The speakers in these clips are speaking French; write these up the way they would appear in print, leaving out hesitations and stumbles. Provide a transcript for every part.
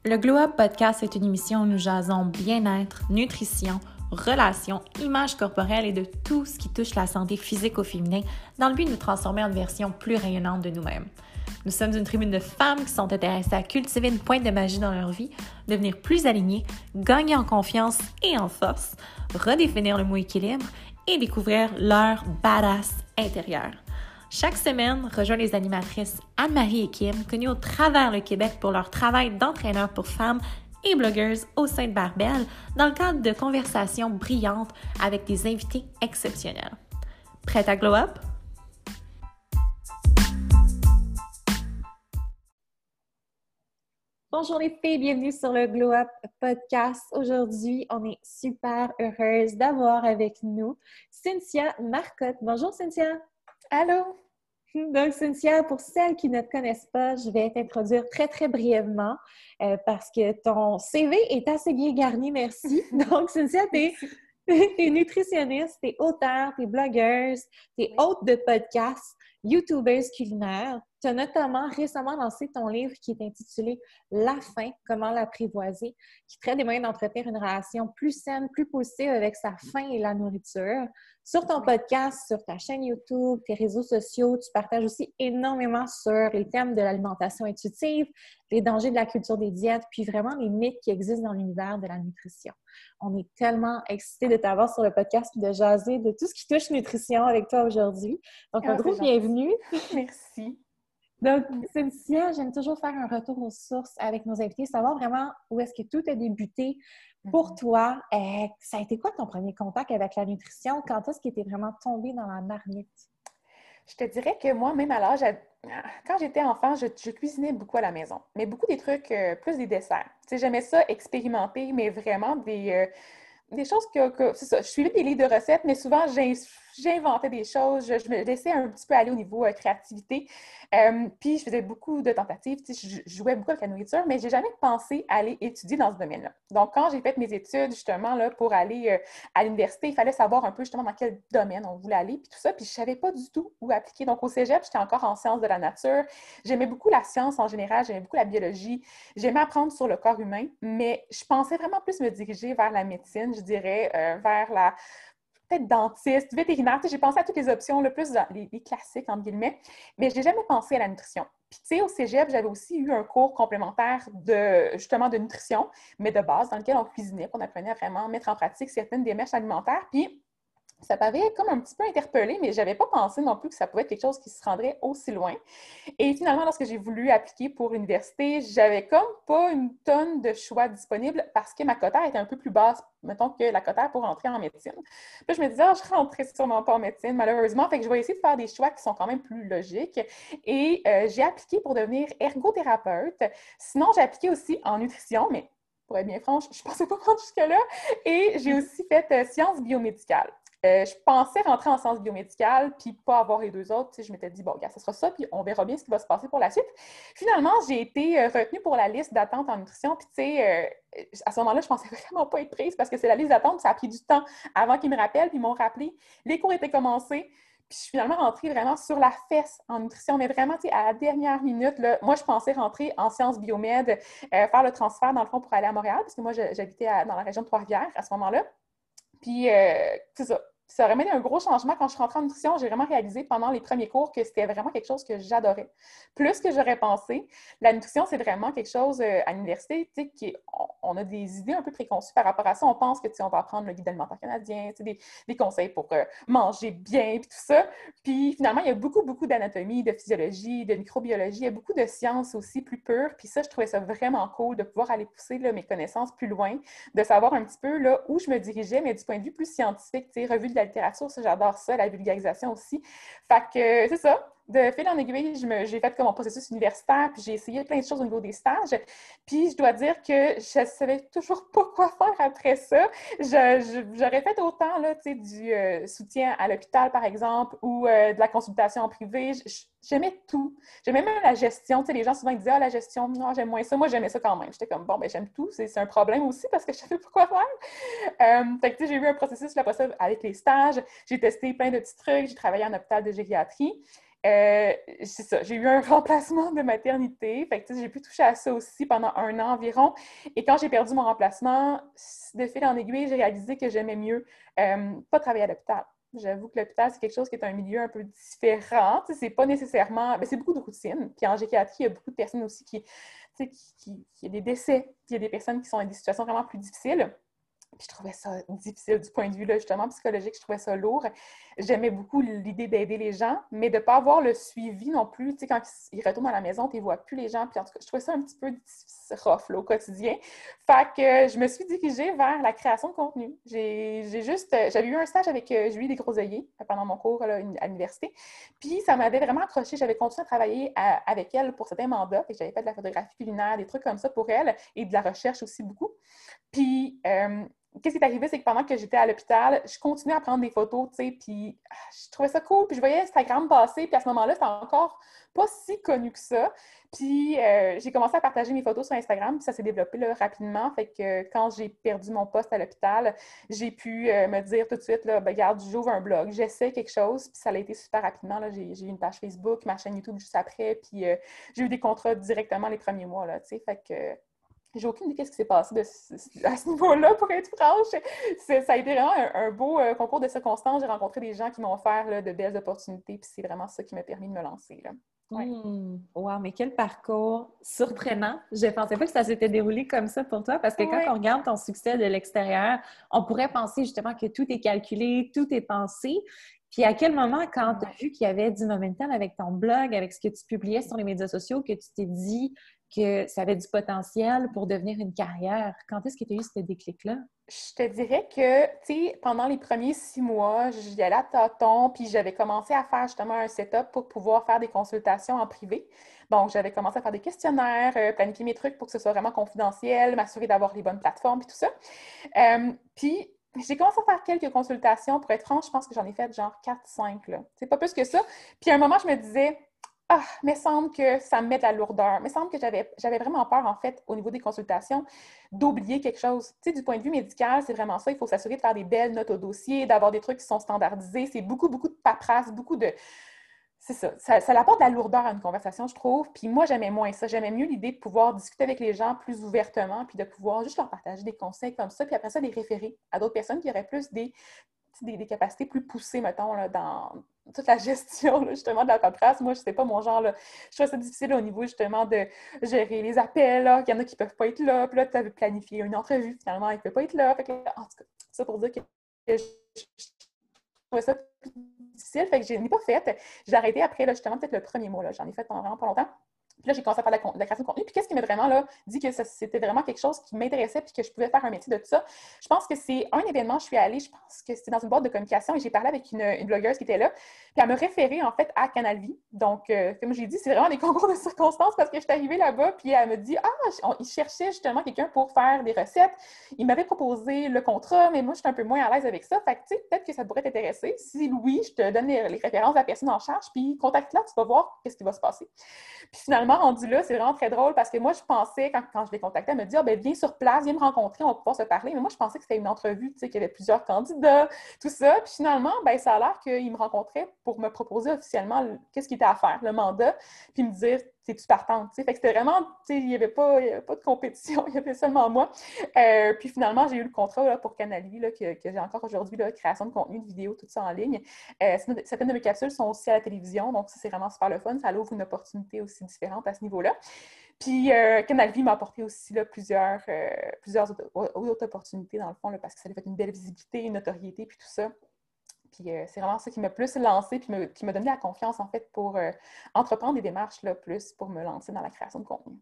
Le Glow Up Podcast est une émission où nous jasons bien-être, nutrition, relations, image corporelle et de tout ce qui touche la santé physique au féminin dans le but de nous transformer en une version plus rayonnante de nous-mêmes. Nous sommes une tribune de femmes qui sont intéressées à cultiver une pointe de magie dans leur vie, devenir plus alignées, gagner en confiance et en force, redéfinir le mot équilibre et découvrir leur badass intérieur. Chaque semaine, rejoins les animatrices Anne-Marie et Kim, connues au travers le Québec pour leur travail d'entraîneur pour femmes et blogueuses au sein de Barbell, dans le cadre de conversations brillantes avec des invités exceptionnels. Prête à glow up? Bonjour les filles, bienvenue sur le Glow Up Podcast. Aujourd'hui, on est super heureuse d'avoir avec nous Cynthia Marcotte. Bonjour Cynthia! Allô? Donc, Cynthia, pour celles qui ne te connaissent pas, je vais t'introduire très brièvement parce que ton CV est assez bien garni, merci. Donc, Cynthia, t'es nutritionniste, t'es auteure, t'es blogueuse, t'es hôte de podcast, youtubeuse culinaire. Tu as notamment récemment lancé ton livre qui est intitulé La faim, comment l'apprivoiser, qui traite des moyens d'entretenir une relation plus saine, plus positive avec sa faim et la nourriture. Sur ton podcast, sur ta chaîne YouTube, tes réseaux sociaux, tu partages aussi énormément sur les thèmes de l'alimentation intuitive, les dangers de la culture des diètes, puis vraiment les mythes qui existent dans l'univers de la nutrition. On est tellement excités de t'avoir sur le podcast et de jaser de tout ce qui touche nutrition avec toi aujourd'hui. Donc, un gros bienvenue. Merci. Donc, Cynthia, j'aime toujours faire un retour aux sources avec nos invités, savoir vraiment où est-ce que tout a débuté pour toi. Ça a été quoi ton premier contact avec la nutrition? Quand est-ce que tu es vraiment tombée dans la marmite? Je te dirais que moi, même à l'âge, quand j'étais enfant, je cuisinais beaucoup à la maison, mais beaucoup des trucs, plus des desserts. Tu sais, j'aimais ça expérimenter, mais vraiment des choses c'est ça. Je suivais des livres de recettes, mais souvent, j'inventais des choses. Je me laissais un petit peu aller au niveau créativité. Puis, je faisais beaucoup de tentatives. Tu sais, je jouais beaucoup avec la nourriture, mais je n'ai jamais pensé aller étudier dans ce domaine-là. Donc, quand j'ai fait mes études, justement, là, pour aller à l'université, il fallait savoir un peu, justement, dans quel domaine on voulait aller, puis tout ça. Puis, je ne savais pas du tout où appliquer. Donc, au cégep, j'étais encore en sciences de la nature. J'aimais beaucoup la science en général. J'aimais beaucoup la biologie. J'aimais apprendre sur le corps humain, mais je pensais vraiment plus me diriger vers la médecine, je dirais, vers la peut-être dentiste, vétérinaire. Tu sais, j'ai pensé à toutes les options, le plus dans les classiques, entre guillemets, mais je n'ai jamais pensé à la nutrition. Puis, tu sais, au cégep, j'avais aussi eu un cours complémentaire justement, de nutrition, mais de base, dans lequel on cuisinait, on apprenait à vraiment mettre en pratique certaines démarches alimentaires. Puis, ça m'avait comme un petit peu interpellée, mais je n'avais pas pensé non plus que ça pouvait être quelque chose qui se rendrait aussi loin. Et finalement, lorsque j'ai voulu appliquer pour l'université, j'avais comme pas une tonne de choix disponibles parce que ma quota était un peu plus basse, mettons, que la quota pour entrer en médecine. Puis je me disais, je rentrais sûrement pas en médecine, malheureusement. Fait que je vais essayer de faire des choix qui sont quand même plus logiques. Et j'ai appliqué pour devenir ergothérapeute. Sinon, j'ai appliqué aussi en nutrition, mais pour être bien franche, je ne pensais pas prendre jusque-là. Et j'ai aussi fait sciences biomédicales. Je pensais rentrer en sciences biomédicales puis pas avoir les deux autres. Tu sais, je m'étais dit, bon, regarde, ce sera ça, puis on verra bien ce qui va se passer pour la suite. Finalement, j'ai été retenue pour la liste d'attente en nutrition. Puis, tu sais, à ce moment-là, je pensais vraiment pas être prise parce que c'est la liste d'attente. Ça a pris du temps avant qu'ils me rappellent, puis ils m'ont rappelé. Les cours étaient commencés. Puis, je suis finalement rentrée vraiment sur la fesse en nutrition, mais vraiment, tu sais, à la dernière minute, là, moi, je pensais rentrer en sciences biomèdes, faire le transfert, dans le fond, pour aller à Montréal, parce que moi, j'habitais dans la région de Trois-Rivières à ce moment-là. Puis, c'est ça. Ça aurait mené un gros changement. Quand je suis rentrée en nutrition, j'ai vraiment réalisé pendant les premiers cours que c'était vraiment quelque chose que j'adorais. Plus que j'aurais pensé, la nutrition, c'est vraiment quelque chose à l'université, tu sais, on a des idées un peu préconçues par rapport à ça. On pense que, tu sais, on va apprendre le guide alimentaire canadien, tu sais, des conseils pour manger bien, puis tout ça. Puis finalement, il y a beaucoup d'anatomie, de physiologie, de microbiologie. Il y a beaucoup de sciences aussi plus pures. Puis ça, je trouvais ça vraiment cool de pouvoir aller pousser là, mes connaissances plus loin, de savoir un petit peu là, où je me dirigeais, mais du point de vue plus scientifique, tu sais, revue de la littérature, ça, j'adore ça, la vulgarisation aussi. Fait que c'est ça. De fil en aiguille, j'ai fait comme mon processus universitaire, puis j'ai essayé plein de choses au niveau des stages. Puis je dois dire que je ne savais toujours pas quoi faire après ça. J'aurais fait autant là, du soutien à l'hôpital, par exemple, ou de la consultation en privé. J'aimais tout. J'aimais même la gestion. Tu sais, les gens souvent ils disaient, ah, la gestion, non, j'aime moins ça. Moi, j'aimais ça quand même. J'étais comme, bon, ben j'aime tout. C'est un problème aussi parce que je ne savais pas quoi faire. Fait que, tu sais, j'ai eu un processus là, avec les stages. J'ai testé plein de petits trucs. J'ai travaillé en hôpital de gériatrie. c'est ça, j'ai eu un remplacement de maternité. Fait que, tu sais, j'ai pu toucher à ça aussi pendant 1 an environ. Et quand j'ai perdu mon remplacement, de fil en aiguille, j'ai réalisé que j'aimais mieux pas travailler à l'hôpital. J'avoue que l'hôpital, c'est quelque chose qui est un milieu un peu différent. Tu sais, c'est pas nécessairement... Ben, c'est beaucoup de routine. Puis en psychiatrie, il y a beaucoup de personnes aussi qui... Tu sais, qui a des décès. Puis il y a des personnes qui sont dans des situations vraiment plus difficiles. Puis je trouvais ça difficile du point de vue, là, justement, psychologique. Je trouvais ça lourd. J'aimais beaucoup l'idée d'aider les gens, mais de ne pas avoir le suivi non plus. Tu sais, quand ils retournent à la maison, tu ne vois plus les gens. Puis en tout cas, je trouvais ça un petit peu rough là, au quotidien. Fait que je me suis dirigée vers la création de contenu. J'avais eu un stage avec Julie Desgroseilliers pendant mon cours là, à l'université. Puis ça m'avait vraiment accroché. J'avais continué à travailler avec elle pour certains mandats. J'avais fait de la photographie culinaire, des trucs comme ça pour elle et de la recherche aussi beaucoup. Puis, qu'est-ce qui est arrivé, c'est que pendant que j'étais à l'hôpital, je continuais à prendre des photos, tu sais, puis je trouvais ça cool. Puis je voyais Instagram passer, puis à ce moment-là, c'était encore pas si connu que ça. Puis j'ai commencé à partager mes photos sur Instagram, puis ça s'est développé là, rapidement. Fait que quand j'ai perdu mon poste à l'hôpital, j'ai pu me dire tout de suite, là, ben, regarde, j'ouvre un blog, j'essaie quelque chose, puis ça a été super rapidement. Là. J'ai eu une page Facebook, ma chaîne YouTube juste après, puis j'ai eu des contrats directement les premiers mois, là, tu sais. Fait que j'ai aucune idée de ce qui s'est passé à ce niveau-là, pour être franche. Ça a été vraiment un beau concours de circonstances. J'ai rencontré des gens qui m'ont offert là, de belles opportunités, puis c'est vraiment ça qui m'a permis de me lancer. Là. Ouais. Wow, mais quel parcours surprenant! Je ne pensais pas que ça s'était déroulé comme ça pour toi, parce que quand Ouais. on regarde ton succès de l'extérieur, on pourrait penser justement que tout est calculé, tout est pensé. Puis à quel moment, quand tu as vu qu'il y avait du momentum avec ton blog, avec ce que tu publiais sur les médias sociaux, que tu t'es dit que ça avait du potentiel pour devenir une carrière? Quand est-ce que tu as eu ce déclic-là? Je te dirais que, tu sais, pendant les premiers 6 mois, j'y allais à tâtons, puis j'avais commencé à faire justement un setup pour pouvoir faire des consultations en privé. Donc, j'avais commencé à faire des questionnaires, planifier mes trucs pour que ce soit vraiment confidentiel, m'assurer d'avoir les bonnes plateformes, puis tout ça. Puis, j'ai commencé à faire quelques consultations. Pour être franche, je pense que j'en ai fait genre 4-5, là. C'est pas plus que ça. Puis, à un moment, je me disais, ah, mais semble que ça me met de la lourdeur. Mais semble que j'avais vraiment peur, en fait, au niveau des consultations, d'oublier quelque chose. Tu sais, du point de vue médical, c'est vraiment ça. Il faut s'assurer de faire des belles notes au dossier, d'avoir des trucs qui sont standardisés. C'est beaucoup, beaucoup de paperasse, beaucoup de... C'est ça. Ça apporte de la lourdeur à une conversation, je trouve. Puis moi, j'aimais moins ça. J'aimais mieux l'idée de pouvoir discuter avec les gens plus ouvertement, puis de pouvoir juste leur partager des conseils comme ça, puis après ça, les référer à d'autres personnes qui auraient plus des capacités plus poussées, mettons, là, dans toute la gestion, là, justement, de la paperasse. Moi, je sais pas mon genre, là. Je trouve ça difficile au niveau, justement, de gérer les appels, là, qu'il y en a qui peuvent pas être là, puis là, tu avais planifié une entrevue, finalement, il peut pas être là. Fait que, en tout cas, ça pour dire que je trouvais ça plus difficile, fait que je n'ai pas fait. J'ai arrêté après, là, justement, peut-être le premier mois, là. J'en ai fait pendant vraiment pas longtemps. Puis là, j'ai commencé à faire de la création de contenu. Puis qu'est-ce qui m'a vraiment là, dit que c'était vraiment quelque chose qui m'intéressait puis que je pouvais faire un métier de tout ça? Je pense que c'est un événement, je suis allée, je pense que c'était dans une boîte de communication et j'ai parlé avec une blogueuse qui était là. Puis elle me référait en fait à Canal Vie. Donc, comme j'ai dit, c'est vraiment des concours de circonstances parce que je suis arrivée là-bas puis elle me dit il cherchait justement quelqu'un pour faire des recettes. Il m'avait proposé le contrat, mais moi, je suis un peu moins à l'aise avec ça. Fait que, tu sais, peut-être que ça pourrait t'intéresser. Si oui, je te donne les références de la personne en charge puis contacte-la, tu vas voir qu'est-ce qui va se passer. Puis finalement, rendu là, c'est vraiment très drôle parce que moi, je pensais, quand je l'ai contacté, elle me dit viens sur place, viens me rencontrer, on va pouvoir se parler. Mais moi, je pensais que c'était une entrevue, tu sais, qu'il y avait plusieurs candidats, tout ça. Puis finalement, ben, ça a l'air qu'il me rencontrait pour me proposer officiellement qu'est-ce qu'il était à faire, le mandat, puis me dire c'est-tu partante? Fait que c'était vraiment, il n'y avait pas de compétition, il y avait seulement moi. Puis finalement, j'ai eu le contrat là, pour Canal Vie, là, que j'ai encore aujourd'hui, là, création de contenu, de vidéos, tout ça en ligne. Certaines de mes capsules sont aussi à la télévision, donc ça, c'est vraiment super le fun. Ça ouvre une opportunité aussi différente à ce niveau-là. Puis Canal Vie m'a apporté aussi là, plusieurs autres opportunités, dans le fond, là, parce que ça lui fait une belle visibilité, une notoriété, puis tout ça. Puis c'est vraiment ça qui m'a plus lancée, puis qui m'a donné la confiance, en fait, pour entreprendre des démarches, là, plus pour me lancer dans la création de contenu.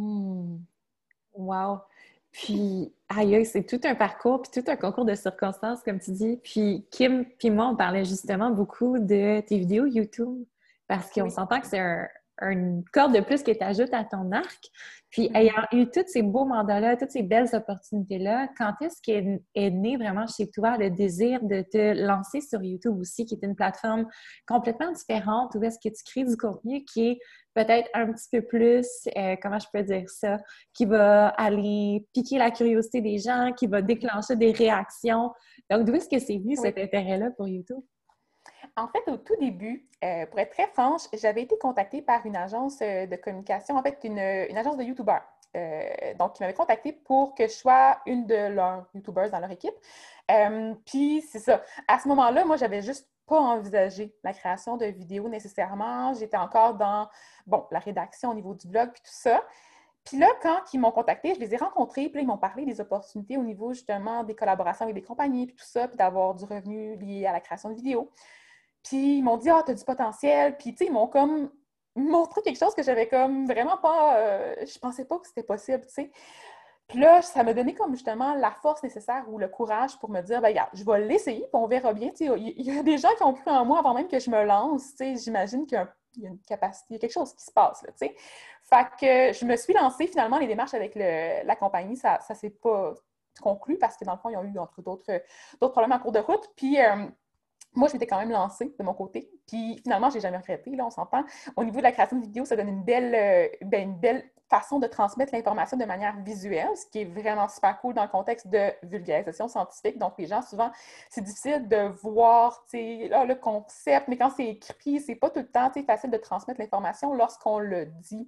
Wow! Puis, aïe, c'est tout un parcours, puis tout un concours de circonstances, comme tu dis. Puis, Kim, puis moi, on parlait justement beaucoup de tes vidéos YouTube, parce qu'on s'entend que c'est une corde de plus que tu ajoutes à ton arc. Puis, ayant eu tous ces beaux mandats-là, toutes ces belles opportunités-là, quand est-ce qu'est né vraiment chez toi le désir de te lancer sur YouTube aussi, qui est une plateforme complètement différente, où est-ce que tu crées du contenu qui est peut-être un petit peu plus, comment je peux dire ça, qui va aller piquer la curiosité des gens, qui va déclencher des réactions. Donc, d'où est-ce que c'est venu cet intérêt-là pour YouTube? En fait, au tout début, pour être très franche, j'avais été contactée par une agence de communication, en fait, une agence de YouTubeurs. Donc, ils m'avaient contactée pour que je sois une de leurs YouTubers dans leur équipe. Puis, c'est ça. À ce moment-là, moi, j'avais juste pas envisagé la création de vidéos nécessairement. J'étais encore dans, bon, la rédaction au niveau du blog, puis tout ça. Puis là, quand ils m'ont contacté, je les ai rencontrés, puis là, ils m'ont parlé des opportunités au niveau justement des collaborations avec des compagnies, puis tout ça, puis d'avoir du revenu lié à la création de vidéos. Puis ils m'ont dit, ah, t'as du potentiel. Puis, tu sais, ils m'ont comme montré quelque chose que j'avais comme vraiment pas. Je pensais pas que c'était possible, tu sais. Puis là, ça m'a donné comme justement la force nécessaire ou le courage pour me dire, ben regarde, je vais l'essayer, puis on verra bien. Tu sais, il y a des gens qui ont cru en moi avant même que je me lance. Tu sais, j'imagine qu'il y a une capacité, il y a quelque chose qui se passe, là, tu sais. Fait que je me suis lancée, finalement, les démarches avec la compagnie, ça s'est pas conclu parce que dans le fond, ils ont eu, entre d'autres problèmes en cours de route. Puis, moi, je m'étais quand même lancée de mon côté. Puis finalement, je n'ai jamais regretté, là, on s'entend. Au niveau de la création de vidéos, ça donne une belle façon de transmettre l'information de manière visuelle, ce qui est vraiment super cool dans le contexte de vulgarisation scientifique. Donc, les gens, souvent, c'est difficile de voir, là, le concept, mais quand c'est écrit, c'est pas tout le temps, facile de transmettre l'information lorsqu'on le dit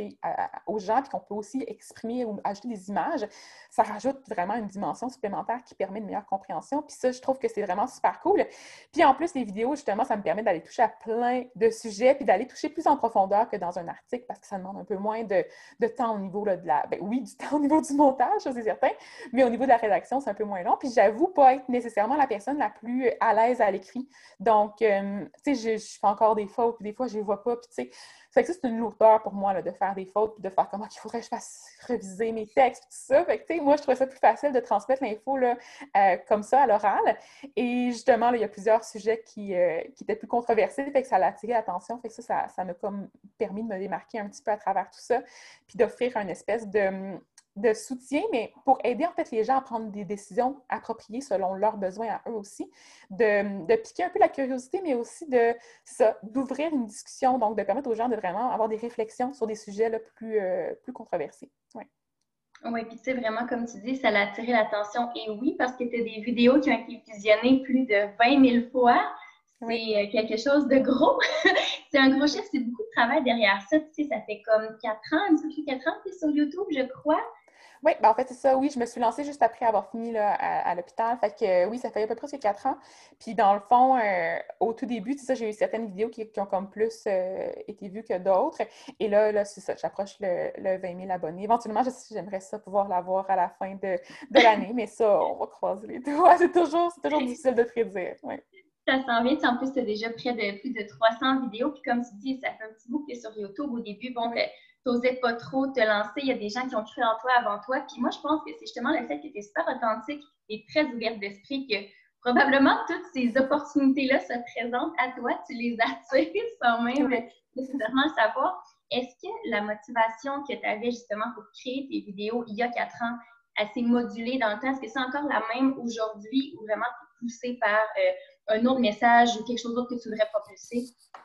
aux gens, puis qu'on peut aussi exprimer ou ajouter des images, ça rajoute vraiment une dimension supplémentaire qui permet une meilleure compréhension. Puis ça, je trouve que c'est vraiment super cool. Puis en plus, les vidéos, justement, ça me permet d'aller toucher à plein de sujets, puis d'aller toucher plus en profondeur que dans un article, parce que ça demande un peu moins de temps au niveau là, de la... Ben oui, du temps au niveau du montage, ça c'est certain, mais au niveau de la rédaction, c'est un peu moins long. Puis j'avoue pas être nécessairement la personne la plus à l'aise à l'écrit. Donc, tu sais, je fais encore des fautes, puis des fois, je les vois pas, puis tu sais, fait que ça, c'est une lourdeur pour moi là, de faire des fautes puis de faire comment il faudrait que je fasse réviser mes textes tout ça. Fait que, tu sais, moi, je trouvais ça plus facile de transmettre l'info là, comme ça à l'oral. Et justement, là, il y a plusieurs sujets qui étaient plus controversés, fait que ça a attiré l'attention. Fait que ça m'a comme permis de me démarquer un petit peu à travers tout ça, puis d'offrir une espèce de soutien, mais pour aider en fait les gens à prendre des décisions appropriées selon leurs besoins à eux aussi, de piquer un peu la curiosité, mais aussi d'ouvrir une discussion, donc de permettre aux gens de vraiment avoir des réflexions sur des sujets là, plus controversés. Ouais. Oui, puis tu sais, vraiment, comme tu dis, ça a attiré l'attention. Et oui, parce que tu as des vidéos qui ont été visionnées plus de 20 000 fois. C'est oui. Quelque chose de gros. C'est un gros chiffre, c'est beaucoup de travail derrière ça. Tu sais, ça fait comme 4 ans, un petit peu 4 ans que tu es sur YouTube, je crois. Oui, ben en fait, c'est ça. Oui, je me suis lancée juste après avoir fini là, à l'hôpital. Fait que oui, ça fait à peu près 4 ans. Puis dans le fond, au tout début, tu sais, j'ai eu certaines vidéos qui ont comme plus été vues que d'autres. Et là c'est ça, j'approche le 20 000 abonnés. Éventuellement, j'aimerais ça pouvoir l'avoir à la fin de l'année, mais ça, on va croiser les doigts. C'est toujours difficile de prédire. Ouais. Ça s'en vient. En plus, tu as déjà près de plus de 300 vidéos. Puis comme tu dis, ça fait un petit bout que tu es sur YouTube. Au début, bon, tu n'osais pas trop te lancer. Il y a des gens qui ont cru en toi avant toi. Puis moi, je pense que c'est justement le fait que tu es super authentique et très ouverte d'esprit que probablement toutes ces opportunités-là se présentent à toi. Tu les attires sans même nécessairement le savoir. Est-ce que la motivation que tu avais justement pour créer tes vidéos il y a 4 ans, elle s'est modulée dans le temps? Est-ce que c'est encore la même aujourd'hui ou vraiment tu es poussée par un autre message ou quelque chose d'autre que tu voudrais propulser?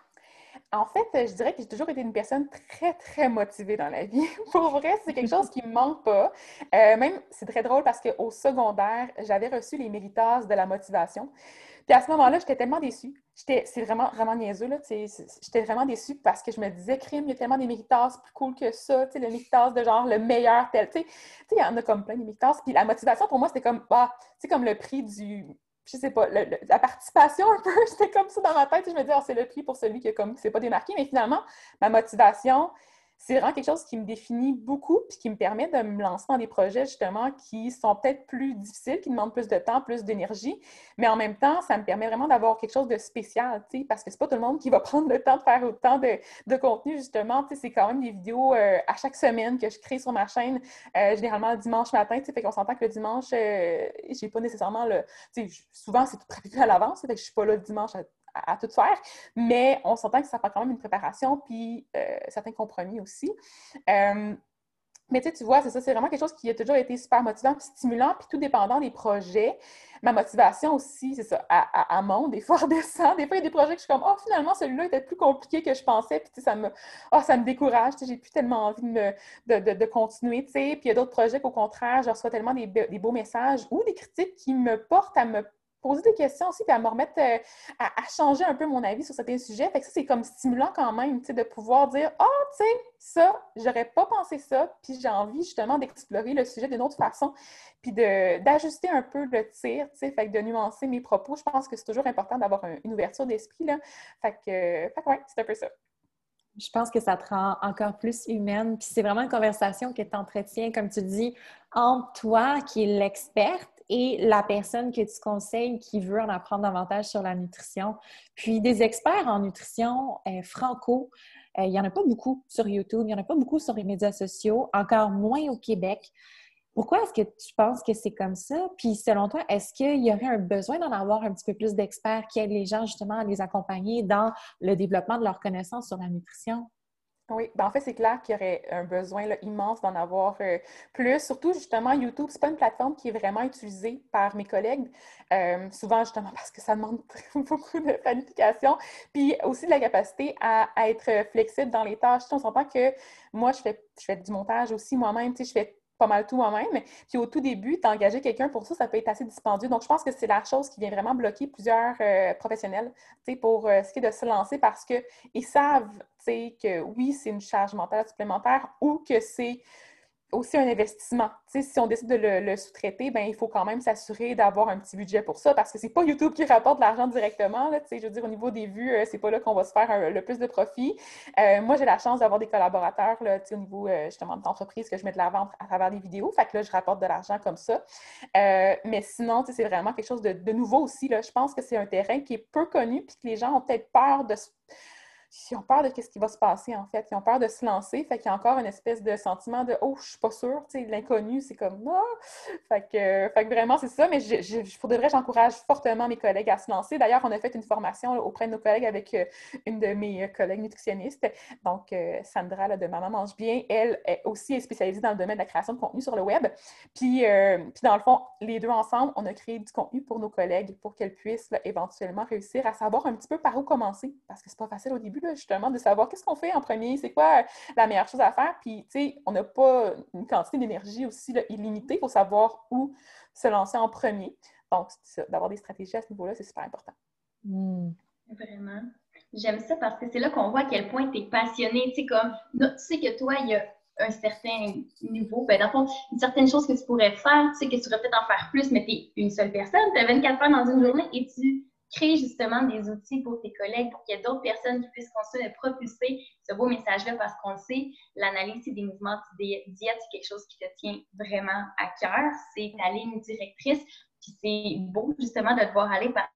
En fait, je dirais que j'ai toujours été une personne très, très motivée dans la vie. Pour vrai, c'est quelque chose qui ne me manque pas. Même, c'est très drôle parce qu'au secondaire, j'avais reçu les méritas de la motivation. Puis à ce moment-là, j'étais tellement déçue. C'est vraiment, vraiment niaiseux, là. J'étais vraiment déçue parce que je me disais, crime, il y a tellement des méritas plus cool que ça. Tu sais, le méritas de genre le meilleur tel. Tu sais, il y en a comme plein de méritas. Puis la motivation, pour moi, c'était comme, comme le prix du... Je sais pas, la participation un peu, c'était comme ça dans ma tête. Je me disais, c'est le prix pour celui qui ne s'est pas démarqué. Mais finalement, ma motivation, c'est vraiment quelque chose qui me définit beaucoup puis qui me permet de me lancer dans des projets justement qui sont peut-être plus difficiles, qui demandent plus de temps, plus d'énergie, mais en même temps, ça me permet vraiment d'avoir quelque chose de spécial, tu sais, parce que c'est pas tout le monde qui va prendre le temps de faire autant de contenu, justement, tu sais, c'est quand même des vidéos à chaque semaine que je crée sur ma chaîne, généralement le dimanche matin, tu sais, fait qu'on s'entend que le dimanche, j'ai pas nécessairement tu sais, souvent c'est tout prévu à l'avance, fait que je suis pas là le dimanche à tout faire, mais on s'entend que ça prend quand même une préparation puis certains compromis aussi. Mais tu vois, c'est ça, c'est vraiment quelque chose qui a toujours été super motivant puis stimulant, puis tout dépendant des projets. Ma motivation aussi, c'est ça, elle monte, des fois redescend. Des fois, il y a des projets que je suis comme, finalement, celui-là était plus compliqué que je pensais, puis ça me décourage, j'ai plus tellement envie de continuer, tu sais. Puis il y a d'autres projets qu'au contraire, je reçois tellement des beaux messages ou des critiques qui me portent à me poser des questions aussi, puis à me remettre, à changer un peu mon avis sur certains sujets. Fait que ça, c'est comme stimulant quand même, tu sais, de pouvoir dire « Ah, tu sais, ça, j'aurais pas pensé ça, puis j'ai envie justement d'explorer le sujet d'une autre façon, puis d'ajuster un peu le tir, tu sais, fait que de nuancer mes propos. Je pense que c'est toujours important d'avoir une ouverture d'esprit, là. Fait que ouais, c'est un peu ça. Je pense que ça te rend encore plus humaine. Puis c'est vraiment une conversation que tu entretiens, comme tu dis, entre toi, qui est l'experte, et la personne que tu conseilles qui veut en apprendre davantage sur la nutrition. Puis des experts en nutrition franco, il n'y en a pas beaucoup sur YouTube, il n'y en a pas beaucoup sur les médias sociaux, encore moins au Québec. Pourquoi est-ce que tu penses que c'est comme ça? Puis selon toi, est-ce qu'il y aurait un besoin d'en avoir un petit peu plus d'experts qui aident les gens justement à les accompagner dans le développement de leurs connaissances sur la nutrition? Oui, ben en fait, c'est clair qu'il y aurait un besoin là, immense d'en avoir plus. Surtout, justement, YouTube, c'est pas une plateforme qui est vraiment utilisée par mes collègues. Souvent, justement, parce que ça demande beaucoup de planification. Puis aussi de la capacité à être flexible dans les tâches. Tu sais, on s'entend que moi, je fais du montage aussi moi-même. Tu sais, je fais pas mal tout moi-même. Puis au tout début, d'engager quelqu'un pour ça peut être assez dispendieux. Donc, je pense que c'est la chose qui vient vraiment bloquer plusieurs professionnels, tu sais, pour ce qui est de se lancer parce qu'ils savent, tu sais, que oui, c'est une charge mentale supplémentaire ou que c'est aussi un investissement. Tu sais, si on décide de le sous-traiter, ben il faut quand même s'assurer d'avoir un petit budget pour ça parce que c'est pas YouTube qui rapporte de l'argent directement. Là, tu sais, je veux dire, au niveau des vues, c'est pas là qu'on va se faire le plus de profit. Moi, j'ai la chance d'avoir des collaborateurs là, tu sais, au niveau justement d'entreprise que je mets de l'avant à travers des vidéos. Fait que là, je rapporte de l'argent comme ça. Mais sinon, tu sais, c'est vraiment quelque chose de nouveau aussi. Là. Je pense que c'est un terrain qui est peu connu puis que les gens ont peut-être peur de ils ont peur de ce qui va se passer, en fait. Ils ont peur de se lancer. Fait qu'il y a encore une espèce de sentiment de « Oh, je suis pas sûre. » Tu sais, l'inconnu, c'est comme « Non! » Fait que vraiment, c'est ça. Mais pour de vrai, j'encourage fortement mes collègues à se lancer. D'ailleurs, on a fait une formation là, auprès de nos collègues avec une de mes collègues nutritionnistes. Donc, Sandra, là, de Maman mange bien, elle aussi est spécialisée dans le domaine de la création de contenu sur le web. Puis dans le fond, les deux ensemble, on a créé du contenu pour nos collègues pour qu'elles puissent là, éventuellement réussir à savoir un petit peu par où commencer. Parce que c'est pas facile au début, là, justement, de savoir qu'est-ce qu'on fait en premier, c'est quoi la meilleure chose à faire. Puis, tu sais, on n'a pas une quantité d'énergie aussi là, illimitée. Il faut savoir où se lancer en premier. Donc, d'avoir des stratégies à ce niveau-là, c'est super important. Vraiment. J'aime ça parce que c'est là qu'on voit à quel point tu es passionné. Tu sais, comme, tu sais que toi, il y a un certain niveau, ben, dans le fond, une certaine chose que tu pourrais faire, tu sais que tu pourrais peut-être en faire plus, mais tu es une seule personne, tu as 24 heures dans une journée et tu crées justement des outils pour tes collègues, pour qu'il y ait d'autres personnes qui puissent continuer de propulser ce beau message-là parce qu'on le sait, l'analyse des mouvements diète, c'est quelque chose qui te tient vraiment à cœur, c'est ta ligne directrice, puis c'est beau justement de te voir aller parce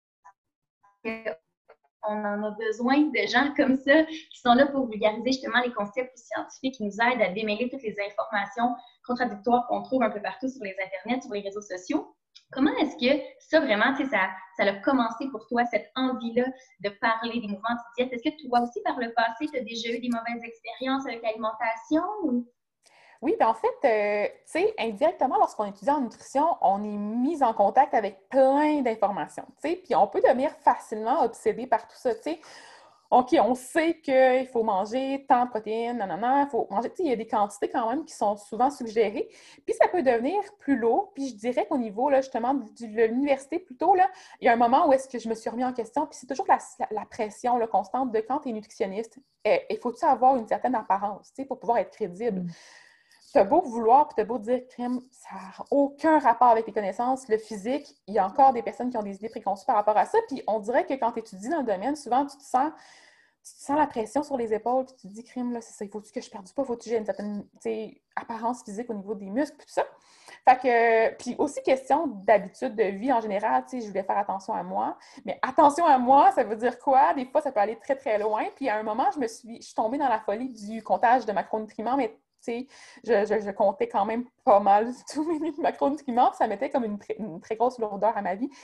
que on en a besoin de gens comme ça qui sont là pour vulgariser justement les concepts scientifiques qui nous aident à démêler toutes les informations contradictoires qu'on trouve un peu partout sur les internets, sur les réseaux sociaux. Comment est-ce que ça vraiment, tu sais, ça a commencé pour toi, cette envie-là de parler des mouvements anti-diète? Est-ce que toi aussi, par le passé, tu as déjà eu des mauvaises expériences avec l'alimentation? Ou... Oui, bien en fait, tu sais, indirectement, lorsqu'on étudie en nutrition, on est mis en contact avec plein d'informations, tu sais, puis on peut devenir facilement obsédé par tout ça, tu sais. OK, on sait qu'il faut manger tant de protéines, nanana, il faut manger, tu sais, il y a des quantités quand même qui sont souvent suggérées, puis ça peut devenir plus lourd, puis je dirais qu'au niveau, là, justement, de l'université, plutôt, là, il y a un moment où est-ce que je me suis remis en question, puis c'est toujours la pression là, constante de quand tu es nutritionniste, il faut-tu avoir une certaine apparence, tu sais, pour pouvoir être crédible. T'as beau vouloir, puis t'as beau dire crème, ça n'a aucun rapport avec les connaissances, le physique, il y a encore des personnes qui ont des idées préconçues par rapport à ça, puis on dirait que quand tu étudies dans le domaine, souvent tu te sens la pression sur les épaules, puis tu te dis crème, là, c'est ça, il faut-tu que je perde du poids, faut-tu que j'ai une certaine apparence physique au niveau des muscles, puis tout ça. Fait que, puis aussi question d'habitude de vie en général, tu sais, je voulais faire attention à moi, mais attention à moi, ça veut dire quoi? Des fois, ça peut aller très, très loin, puis à un moment, je suis tombée dans la folie du comptage de macronutriments, mais tu sais, je comptais quand même pas mal tous mes macronutriments, puis ça mettait comme une très grosse lourdeur à ma vie.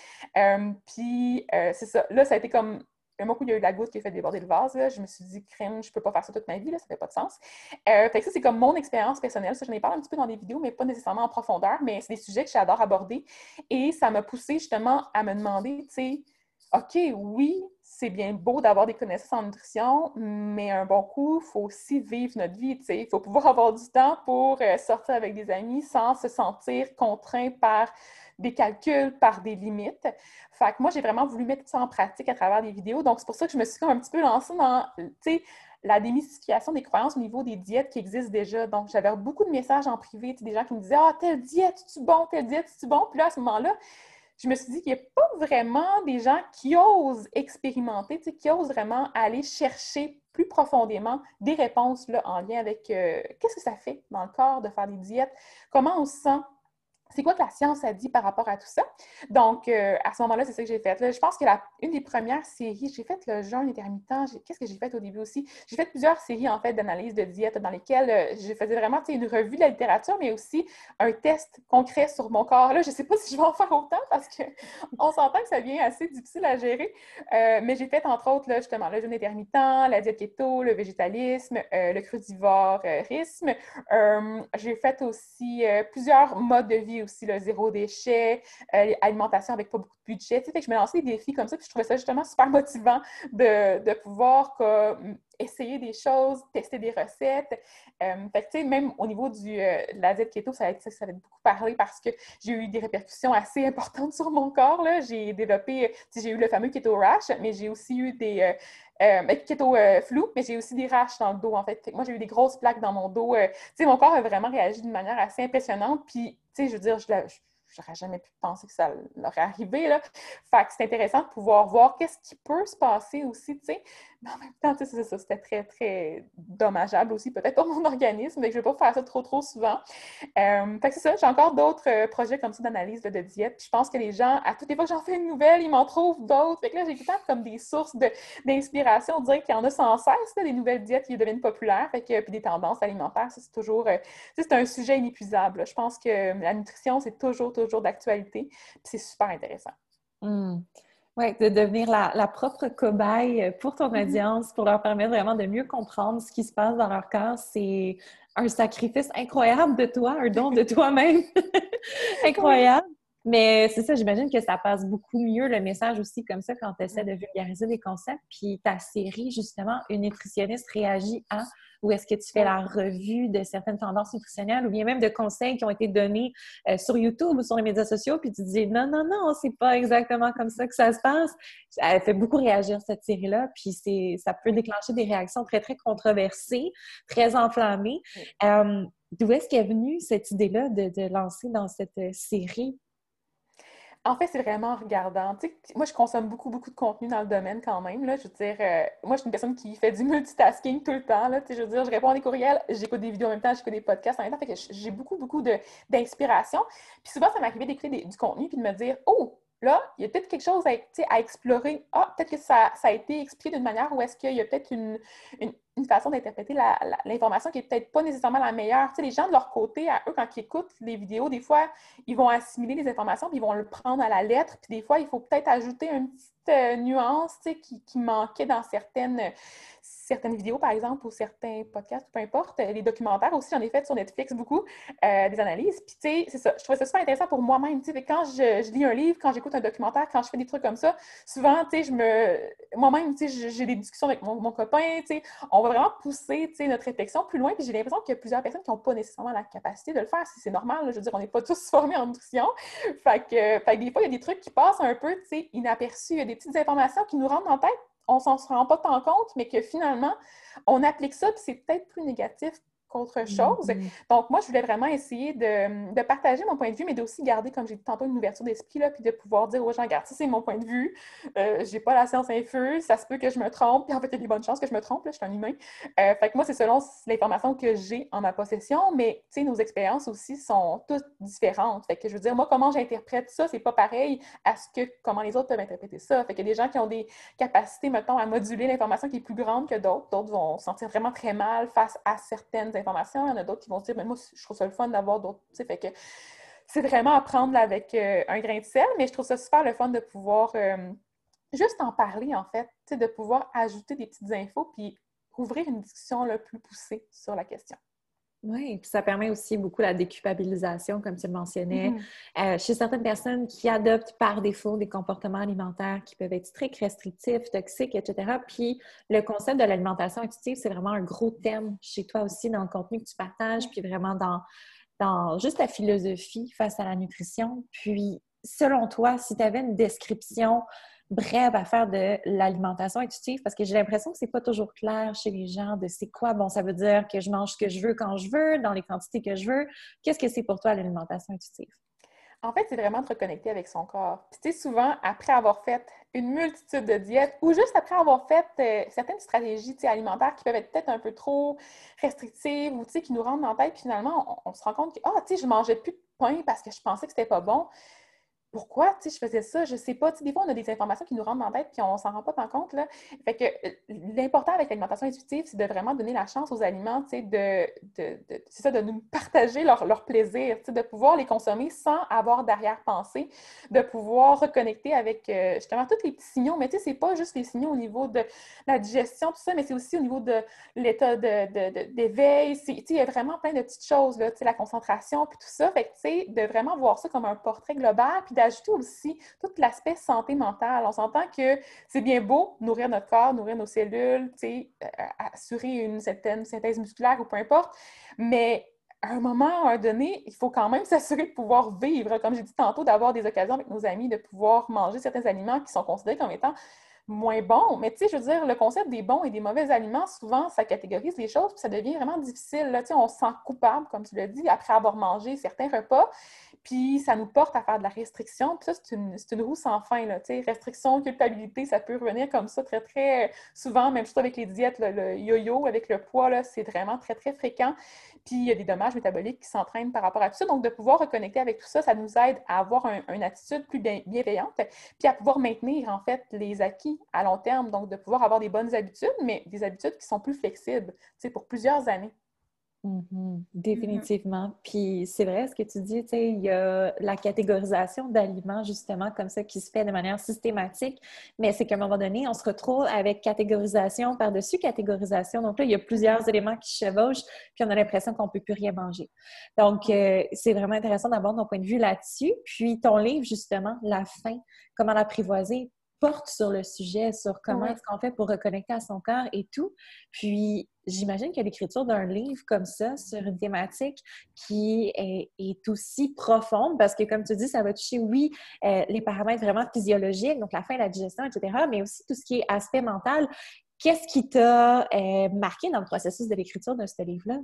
C'est ça. Là, ça a été comme un moment où il y a eu la goutte qui a fait déborder le vase. Là, je me suis dit, crème, je peux pas faire ça toute ma vie, là, ça fait pas de sens. Fait que ça, c'est comme mon expérience personnelle. Ça, j'en ai parlé un petit peu dans des vidéos, mais pas nécessairement en profondeur, mais c'est des sujets que j'adore aborder. Et ça m'a poussée justement à me demander, tu sais, OK, oui, c'est bien beau d'avoir des connaissances en nutrition, mais un bon coup, il faut aussi vivre notre vie, tu sais. Il faut pouvoir avoir du temps pour sortir avec des amis sans se sentir contraint par des calculs, par des limites. Fait que moi, j'ai vraiment voulu mettre ça en pratique à travers des vidéos. Donc, c'est pour ça que je me suis comme un petit peu lancée dans, tu sais, la démystification des croyances au niveau des diètes qui existent déjà. Donc, j'avais beaucoup de messages en privé, des gens qui me disaient « Ah, telle diète, c'est-tu bon? Telle diète, c'est-tu bon? » Puis là, à ce moment-là, je me suis dit qu'il n'y a pas vraiment des gens qui osent expérimenter, qui osent vraiment aller chercher plus profondément des réponses là, en lien avec qu'est-ce que ça fait dans le corps de faire des diètes, comment on se sent. C'est quoi que la science a dit par rapport à tout ça? Donc, à ce moment-là, c'est ça que j'ai fait. Là, je pense que une des premières séries, j'ai fait le jeûne intermittent. Qu'est-ce que j'ai fait au début aussi? J'ai fait plusieurs séries, en fait, d'analyse de diète dans lesquelles je faisais vraiment une revue de la littérature, mais aussi un test concret sur mon corps. Là, je ne sais pas si je vais en faire autant parce qu'on s'entend que ça devient assez difficile à gérer. Mais j'ai fait, entre autres, là, justement, le jeûne intermittent, la diète keto, le végétalisme, le crudivorisme. J'ai fait aussi plusieurs modes de vie aussi, le zéro déchet, alimentation avec pas beaucoup de budget. Fait que je me lançais des défis comme ça, puis je trouvais ça justement super motivant de pouvoir essayer des choses, tester des recettes. Fait que, tu sais, même au niveau de la diète keto, ça va beaucoup parler parce que j'ai eu des répercussions assez importantes sur mon corps, là. J'ai développé, j'ai eu le fameux keto rash, mais j'ai aussi eu des keto flou, mais j'ai aussi des rash dans le dos, en fait. Fait que moi, j'ai eu des grosses plaques dans mon dos. Tu sais, mon corps a vraiment réagi d'une manière assez impressionnante, puis, tu sais, je veux dire, j'aurais jamais pu penser que ça leur est arrivé, là. Fait que c'est intéressant de pouvoir voir qu'est-ce qui peut se passer aussi, tu sais. Mais en même temps, tu sais, c'est ça, c'était très, très dommageable aussi, peut-être pour mon organisme, mais je ne vais pas faire ça trop, trop souvent. Fait que c'est ça, j'ai encore d'autres projets comme ça d'analyse de diète. Puis je pense que les gens, à toutes les fois que j'en fais une nouvelle, ils m'en trouvent d'autres. Fait que là, j'ai tout le temps comme des sources d'inspiration. On dirait qu'il y en a sans cesse, là, des nouvelles diètes qui deviennent populaires. Fait que, puis des tendances alimentaires, ça, c'est toujours... c'est un sujet inépuisable, là. Je pense que la nutrition, c'est toujours, toujours d'actualité. Puis c'est super intéressant. Oui, de devenir la propre cobaye pour ton audience, pour leur permettre vraiment de mieux comprendre ce qui se passe dans leur corps, c'est un sacrifice incroyable de toi, un don de toi-même incroyable. Mais c'est ça, j'imagine que ça passe beaucoup mieux le message aussi comme ça quand tu essaies de vulgariser des concepts. Puis ta série, justement, Une nutritionniste réagit à, ou est-ce que tu fais la revue de certaines tendances nutritionnelles ou bien même de conseils qui ont été donnés sur YouTube ou sur les médias sociaux, puis tu dis non, non, non, c'est pas exactement comme ça que ça se passe. Elle fait beaucoup réagir cette série-là, puis ça peut déclencher des réactions très, très controversées, très enflammées. D'où est-ce qu'est venue cette idée-là de lancer dans cette série? En fait, c'est vraiment en regardant. Tu sais, moi, je consomme beaucoup, beaucoup de contenu dans le domaine quand même. Là. Je veux dire, moi, je suis une personne qui fait du multitasking tout le temps. Là. Tu sais, je veux dire, je réponds à des courriels, j'écoute des vidéos en même temps, j'écoute des podcasts en même temps. Fait que j'ai beaucoup, beaucoup d'inspiration. Puis souvent, ça m'arrivait d'écouter du contenu puis de me dire, oh, là, il y a peut-être quelque chose à explorer. Ah, peut-être que ça a été expliqué d'une manière où est-ce qu'il y a peut-être une façon d'interpréter l'information qui n'est peut-être pas nécessairement la meilleure. Tu sais, les gens de leur côté, à eux, quand ils écoutent les vidéos, des fois, ils vont assimiler les informations puis ils vont le prendre à la lettre. Puis des fois, il faut peut-être ajouter une petite nuance, tu sais, qui manquait dans certaines vidéos, par exemple, ou certains podcasts, peu importe. Les documentaires aussi, j'en ai fait sur Netflix beaucoup, des analyses. Puis, tu sais, c'est ça. Je trouvais ça super intéressant pour moi-même. Tu sais, quand je lis un livre, quand j'écoute un documentaire, quand je fais des trucs comme ça, souvent, tu sais, moi-même, tu sais, j'ai des discussions avec mon copain, tu sais, on va vraiment pousser, tu sais, notre réflexion plus loin. Puis j'ai l'impression qu'il y a plusieurs personnes qui n'ont pas nécessairement la capacité de le faire. C'est normal, là. Je veux dire, on n'est pas tous formés en nutrition. Fait que des fois, il y a des trucs qui passent un peu, tu sais, inaperçus. Il y a des petites informations qui nous rentrent dans la tête, on s'en se rend pas tant compte, mais que finalement, on applique ça, puis c'est peut-être plus négatif qu'autre chose. Donc, moi, je voulais vraiment essayer de partager mon point de vue, mais d'aussi garder, comme j'ai dit tantôt, une ouverture d'esprit, là, puis de pouvoir dire aux gens, regarde, ça, c'est mon point de vue. J'ai pas la science infuse, ça se peut que je me trompe, puis en fait, il y a des bonnes chances que je me trompe, là, je suis un humain. Fait que moi, c'est selon l'information que j'ai en ma possession, mais, tu sais, nos expériences aussi sont toutes différentes. Fait que, je veux dire, moi, comment j'interprète ça, c'est pas pareil à comment les autres peuvent interpréter ça. Fait que des gens qui ont des capacités, mettons, à moduler l'information qui est plus grande que d'autres, d'autres vont se sentir vraiment très mal face à certaines informations. Il y en a d'autres qui vont se dire, mais moi, je trouve ça le fun d'avoir d'autres. Fait que c'est vraiment à prendre là, avec un grain de sel, mais je trouve ça super le fun de pouvoir juste en parler, en fait, de pouvoir ajouter des petites infos puis ouvrir une discussion là, plus poussée sur la question. Oui, puis ça permet aussi beaucoup la déculpabilisation, comme tu le mentionnais. Mhm. Chez certaines personnes qui adoptent par défaut des comportements alimentaires qui peuvent être stricts, restrictifs, toxiques, etc. Puis le concept de l'alimentation intuitive, c'est vraiment un gros thème chez toi aussi dans le contenu que tu partages, puis vraiment dans juste la philosophie face à la nutrition. Puis, selon toi, si tu avais une description brève à faire de l'alimentation intuitive, parce que j'ai l'impression que c'est pas toujours clair chez les gens de c'est quoi, bon, ça veut dire que je mange ce que je veux quand je veux, dans les quantités que je veux. Qu'est-ce que c'est pour toi l'alimentation intuitive? En fait, c'est vraiment de reconnecter avec son corps. Puis, tu sais, souvent, après avoir fait une multitude de diètes ou juste après avoir fait certaines stratégies, tu sais, alimentaires qui peuvent être peut-être un peu trop restrictives ou, tu sais, qui nous rentrent dans la tête, puis finalement, on se rend compte que, ah, tu sais, je mangeais plus de pain parce que je pensais que c'était pas bon. Pourquoi, tu sais, je faisais ça? Je sais pas. Tu sais, des fois, on a des informations qui nous rentrent dans la tête puis on s'en rend pas tant compte, là. Fait que l'important avec l'alimentation intuitive, c'est de vraiment donner la chance aux aliments, tu sais, c'est ça, de nous partager leur plaisir, tu sais, de pouvoir les consommer sans avoir d'arrière-pensée, de pouvoir reconnecter avec, justement, tous les petits signaux. Mais tu sais, c'est pas juste les signaux au niveau de la digestion, tout ça, mais c'est aussi au niveau de l'état d'éveil. Tu sais, il y a vraiment plein de petites choses, là, tu sais, la concentration puis tout ça. Fait que, tu sais, de vraiment voir ça comme un portrait global puis d'ajouter aussi tout l'aspect santé mentale. On s'entend que c'est bien beau nourrir notre corps, nourrir nos cellules, tu sais, assurer une certaine synthèse musculaire ou peu importe, mais à un moment, à un donné, il faut quand même s'assurer de pouvoir vivre. Comme j'ai dit tantôt, d'avoir des occasions avec nos amis, de pouvoir manger certains aliments qui sont considérés comme étant moins bons. Mais tu sais, je veux dire, le concept des bons et des mauvais aliments, souvent, ça catégorise les choses, puis ça devient vraiment difficile. Là, tu sais, on se sent coupable, comme tu l'as dit, après avoir mangé certains repas, puis ça nous porte à faire de la restriction. Puis ça, c'est une roue sans fin, là, tu sais. Restriction, culpabilité, ça peut revenir comme ça très, très souvent, même surtout avec les diètes, le yo-yo, avec le poids, là, c'est vraiment très, très fréquent. Puis il y a des dommages métaboliques qui s'entraînent par rapport à tout ça. Donc, de pouvoir reconnecter avec tout ça, ça nous aide à avoir une attitude plus bienveillante, puis à pouvoir maintenir, en fait, les acquis à long terme. Donc, de pouvoir avoir des bonnes habitudes, mais des habitudes qui sont plus flexibles, tu sais, pour plusieurs années. Mhm. Définitivement. Puis c'est vrai ce que tu dis, tu sais, il y a la catégorisation d'aliments justement comme ça qui se fait de manière systématique, mais c'est qu'à un moment donné, on se retrouve avec catégorisation par-dessus catégorisation. Donc là, il y a plusieurs éléments qui se chevauchent, puis on a l'impression qu'on ne peut plus rien manger. Donc, c'est vraiment intéressant d'avoir ton point de vue là-dessus. Puis ton livre, justement, La faim, comment l'apprivoiser, porte sur le sujet, sur comment Oui. est-ce qu'on fait pour reconnecter à son corps et tout. Puis, j'imagine que l'écriture d'un livre comme ça, sur une thématique qui est aussi profonde, parce que, comme tu dis, ça va toucher, oui, les paramètres vraiment physiologiques, donc la faim, la digestion, etc., mais aussi tout ce qui est aspect mental. Qu'est-ce qui t'a marqué dans le processus de l'écriture de ce livre-là?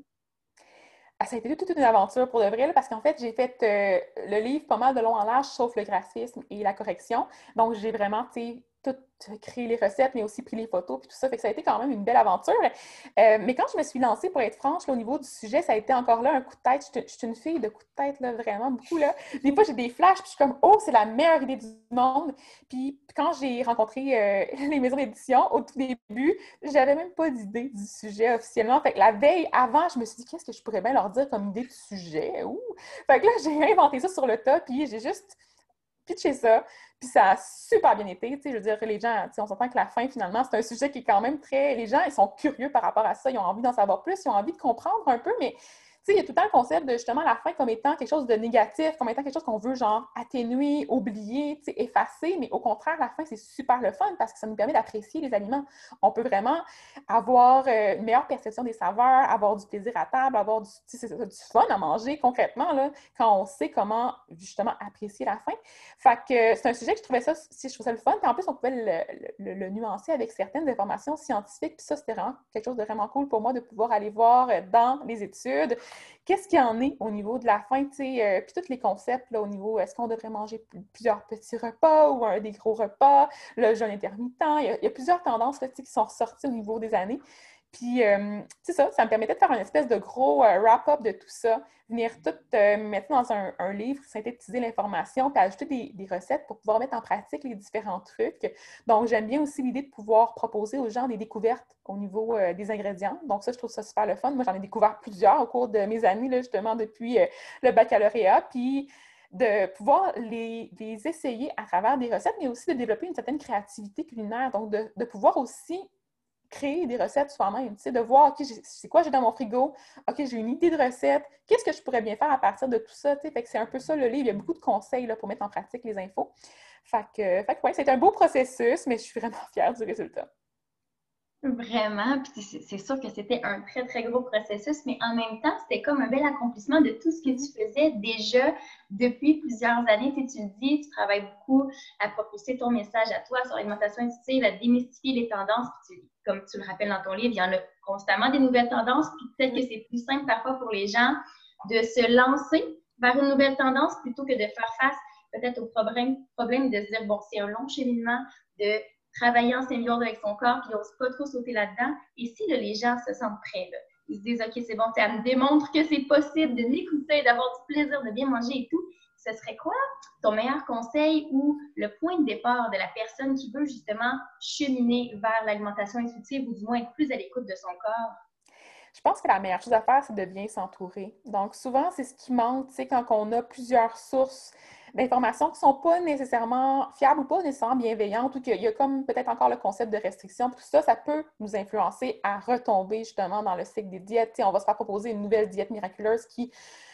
Ah, ça a été toute une aventure pour de vrai, là, parce qu'en fait, j'ai fait le livre pas mal de long en large, sauf le graphisme et la correction. Donc, j'ai vraiment, tu sais, tout créé les recettes, mais aussi pris les photos, puis tout ça. Fait que ça a été quand même une belle aventure. Mais quand je me suis lancée, pour être franche, là, au niveau du sujet, ça a été encore là un coup de tête. Je suis une fille de coup de tête, là, vraiment beaucoup, là. Des fois, j'ai des flashs, puis je suis comme, oh, c'est la meilleure idée du monde. Puis quand j'ai rencontré les maisons d'édition, au tout début, j'avais même pas d'idée du sujet officiellement. Fait que la veille, avant, je me suis dit, qu'est-ce que je pourrais bien leur dire comme idée de sujet? Ouh! Fait que là, j'ai inventé ça sur le tas, puis j'ai juste pitché ça. Puis ça a super bien été. Tu sais, je veux dire, les gens, tu sais, on s'entend que la fin, finalement, c'est un sujet qui est quand même très... Les gens, ils sont curieux par rapport à ça. Ils ont envie d'en savoir plus. Ils ont envie de comprendre un peu, mais tu sais, il y a tout le temps le concept de justement la fin comme étant quelque chose de négatif, comme étant quelque chose qu'on veut genre atténuer, oublier, tu sais, effacer, mais au contraire, la fin, c'est super le fun parce que ça nous permet d'apprécier les aliments. On peut vraiment avoir une meilleure perception des saveurs, avoir du plaisir à table, avoir du fun à manger concrètement, là, quand on sait comment justement apprécier la fin. Fait que c'est un sujet que je trouvais ça, si je trouvais ça le fun, puis en plus, on pouvait le nuancer avec certaines informations scientifiques, puis ça, c'était vraiment quelque chose de vraiment cool pour moi de pouvoir aller voir dans les études qu'est-ce qu'il y en est au niveau de la faim, tu sais, puis tous les concepts là, au niveau, est-ce qu'on devrait manger plusieurs petits repas ou des gros repas, le jeûne intermittent, il y a plusieurs tendances là, qui sont ressorties au niveau des années. Puis, c'est ça, ça me permettait de faire une espèce de gros wrap-up de tout ça, venir tout mettre dans un livre, synthétiser l'information, puis ajouter des recettes pour pouvoir mettre en pratique les différents trucs. Donc, j'aime bien aussi l'idée de pouvoir proposer aux gens des découvertes au niveau des ingrédients. Donc, ça, je trouve ça super le fun. Moi, j'en ai découvert plusieurs au cours de mes années, là, justement, depuis le baccalauréat. Puis, de pouvoir les essayer à travers des recettes, mais aussi de développer une certaine créativité culinaire. Donc, de pouvoir aussi créer des recettes soi-même, tu sais, de voir, OK, c'est quoi j'ai dans mon frigo, OK, j'ai une idée de recette, qu'est-ce que je pourrais bien faire à partir de tout ça, tu sais, fait que c'est un peu ça le livre, il y a beaucoup de conseils là, pour mettre en pratique les infos. Fait que ouais, c'est un beau processus, mais je suis vraiment fière du résultat. Vraiment, puis c'est sûr que c'était un très, très gros processus, mais en même temps, c'était comme un bel accomplissement de tout ce que tu faisais déjà depuis plusieurs années. Tu sais, tu le dis, tu travailles beaucoup à propulser ton message à toi sur l'alimentation intuitive, à démystifier les tendances, puis comme tu le rappelles dans ton livre, il y en a constamment des nouvelles tendances, puis peut-être que c'est plus simple parfois pour les gens de se lancer vers une nouvelle tendance plutôt que de faire face peut-être au problème de se dire, bon, c'est un long cheminement de travailler en symbiose avec son corps, puis il n'ose pas trop sauter là-dedans. Et si là, les gens se sentent prêts, là, ils se disent, OK, c'est bon, elle me démontre que c'est possible de m'écouter, d'avoir du plaisir, de bien manger et tout, ce serait quoi ton meilleur conseil ou le point de départ de la personne qui veut justement cheminer vers l'alimentation intuitive ou du moins être plus à l'écoute de son corps? Je pense que la meilleure chose à faire, c'est de bien s'entourer. Donc, souvent, c'est ce qui manque, tu sais, quand on a plusieurs sources d'informations qui ne sont pas nécessairement fiables ou pas nécessairement bienveillantes, ou qu'il y a comme peut-être encore le concept de restriction. Tout ça, ça peut nous influencer à retomber justement dans le cycle des diètes. Tu sais, on va se faire proposer une nouvelle diète miraculeuse qui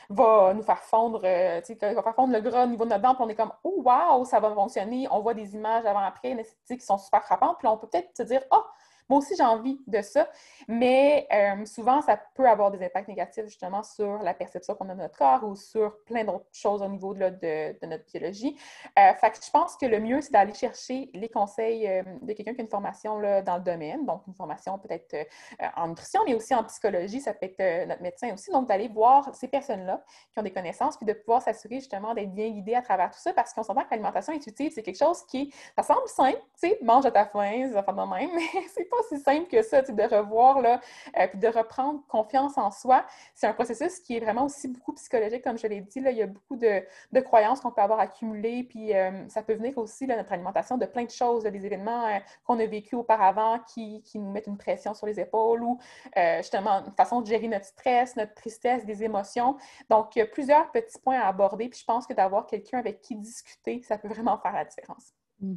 va nous faire fondre, tu sais, va faire fondre le gras au niveau de notre dent, puis on est comme, oh wow, ça va fonctionner. On voit des images avant-après, tu sais, qui sont super frappantes, puis là, on peut peut-être se dire, oh, moi aussi, j'ai envie de ça, mais souvent, ça peut avoir des impacts négatifs justement sur la perception qu'on a de notre corps ou sur plein d'autres choses au niveau là, de notre biologie. Fait que je pense que le mieux, c'est d'aller chercher les conseils de quelqu'un qui a une formation là, dans le domaine, donc une formation peut-être en nutrition, mais aussi en psychologie, ça peut être notre médecin aussi, donc d'aller voir ces personnes-là qui ont des connaissances, puis de pouvoir s'assurer justement d'être bien guidé à travers tout ça, parce qu'on s'entend que l'alimentation intuitive, c'est quelque chose ça semble simple, tu sais, mange à ta faim, ça fait de même, mais c'est pas si simple que ça, de revoir, là, puis de reprendre confiance en soi. C'est un processus qui est vraiment aussi beaucoup psychologique, comme je l'ai dit. Là, il y a beaucoup de croyances qu'on peut avoir accumulées, puis ça peut venir aussi, là, notre alimentation, de plein de choses, là, des événements qu'on a vécus auparavant qui nous mettent une pression sur les épaules ou justement une façon de gérer notre stress, notre tristesse, des émotions. Donc, il y a plusieurs petits points à aborder, puis je pense que d'avoir quelqu'un avec qui discuter, ça peut vraiment faire la différence.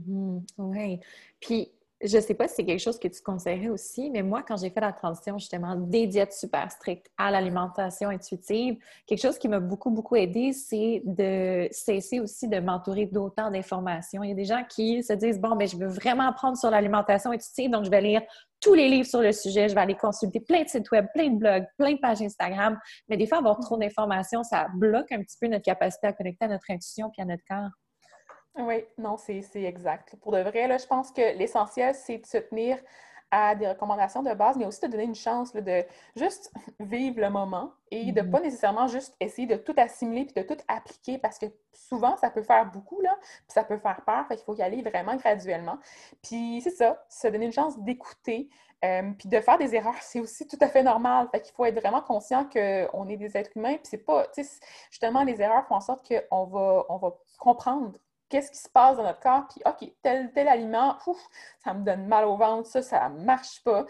Oui. Puis, je ne sais pas si c'est quelque chose que tu conseillerais aussi, mais moi, quand j'ai fait la transition justement des diètes super strictes à l'alimentation intuitive, quelque chose qui m'a beaucoup, beaucoup aidée, c'est de cesser aussi de m'entourer d'autant d'informations. Il y a des gens qui se disent, bon, ben je veux vraiment apprendre sur l'alimentation intuitive, donc je vais lire tous les livres sur le sujet, je vais aller consulter plein de sites web, plein de blogs, plein de pages Instagram. Mais des fois, avoir trop d'informations, ça bloque un petit peu notre capacité à connecter à notre intuition puis à notre corps. Oui, non, c'est exact. Pour de vrai, là, je pense que l'essentiel, c'est de se tenir à des recommandations de base, mais aussi de donner une chance là, de juste vivre le moment et de pas nécessairement juste essayer de tout assimiler puis de tout appliquer parce que souvent, ça peut faire beaucoup, là, puis ça peut faire peur, fait qu'il faut y aller vraiment graduellement. Puis c'est ça, se donner une chance d'écouter, puis de faire des erreurs, c'est aussi tout à fait normal. Fait qu'il faut être vraiment conscient qu'on est des êtres humains, puis c'est pas, tu sais, justement, les erreurs font en sorte qu'on va comprendre qu'est-ce qui se passe dans notre corps, puis OK, tel aliment, ouf, ça me donne mal au ventre, ça marche pas,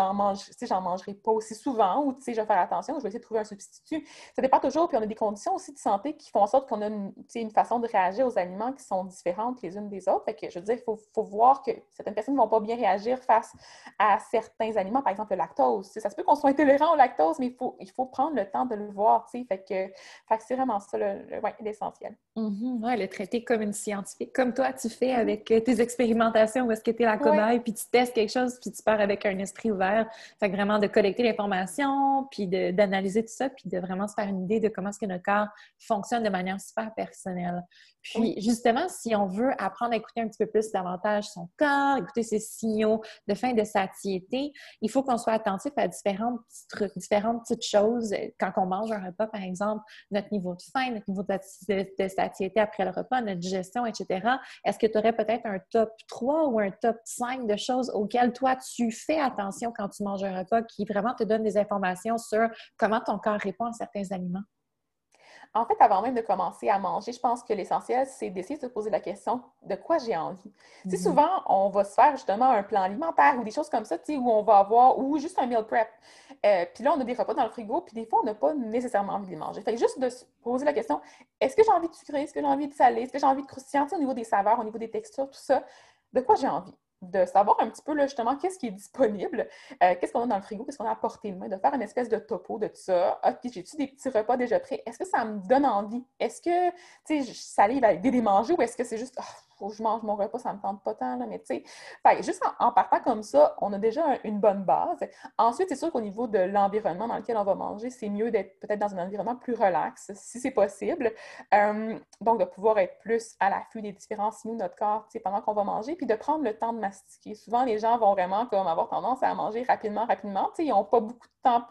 j'en mangerai pas aussi souvent, ou tu sais, je vais faire attention, je vais essayer de trouver un substitut. Ça dépend toujours, puis on a des conditions aussi de santé qui font en sorte qu'on a une façon de réagir aux aliments qui sont différentes les unes des autres. Fait que je veux dire, il faut voir que certaines personnes ne vont pas bien réagir face à certains aliments, par exemple le lactose. Ça se peut qu'on soit intolérant au lactose, mais il faut prendre le temps de le voir, tu sais. Fait que c'est vraiment ça ouais, l'essentiel. Ouais, le traiter comme une scientifique, comme toi tu fais avec tes expérimentations où est-ce que tu es la Ouais. cobaye, puis tu testes quelque chose, puis tu pars avec un esprit ouvert. Fait que vraiment de collecter l'information, puis d'analyser tout ça, puis de vraiment se faire une idée de comment est-ce que notre corps fonctionne de manière super personnelle. Puis justement, si on veut apprendre à écouter un petit peu plus davantage son corps, écouter ses signaux de faim, de satiété, il faut qu'on soit attentif à différents petits trucs, différentes petites choses. Quand on mange un repas, par exemple, notre niveau de faim, notre niveau de satiété après le repas, notre digestion, etc. Est-ce que tu aurais peut-être un top 3 ou un top 5 de choses auxquelles toi, tu fais attention quand tu manges un repas qui vraiment te donne des informations sur comment ton corps répond à certains aliments? En fait, avant même de commencer à manger, je pense que l'essentiel, c'est d'essayer de se poser la question de quoi j'ai envie. Tu sais, souvent, on va se faire justement un plan alimentaire ou des choses comme ça, tu sais, où on va avoir, ou juste un meal prep. Puis là, on a des repas dans le frigo, puis des fois, on n'a pas nécessairement envie de les manger. Fait que juste de se poser la question, est-ce que j'ai envie de sucré? Est-ce que j'ai envie de salé? Est-ce que j'ai envie de croustillant? Tu sais, au niveau des saveurs, au niveau des textures, tout ça, de quoi j'ai envie? de savoir un petit peu, là, justement, qu'est-ce qui est disponible, qu'est-ce qu'on a dans le frigo, qu'est-ce qu'on a à portée de main, de faire une espèce de topo de tout ça. OK, j'ai-tu des petits repas déjà prêts? Est-ce que ça me donne envie? Est-ce que, tu sais, je salive à l'idée de les manger ou est-ce que c'est juste, oh, faut que je mange mon repas, ça me tente pas tant, là, mais tu sais, juste en partant comme ça, on a déjà une bonne base. Ensuite, c'est sûr qu'au niveau de l'environnement dans lequel on va manger, c'est mieux d'être peut-être dans un environnement plus relax, si c'est possible. Donc, de pouvoir être plus à l'affût des différents signaux de notre corps, tu sais, pendant qu'on va manger, puis de prendre le temps de mastiquer. Souvent, les gens vont vraiment comme avoir tendance à manger rapidement, tu sais, ils n'ont pas beaucoup de temps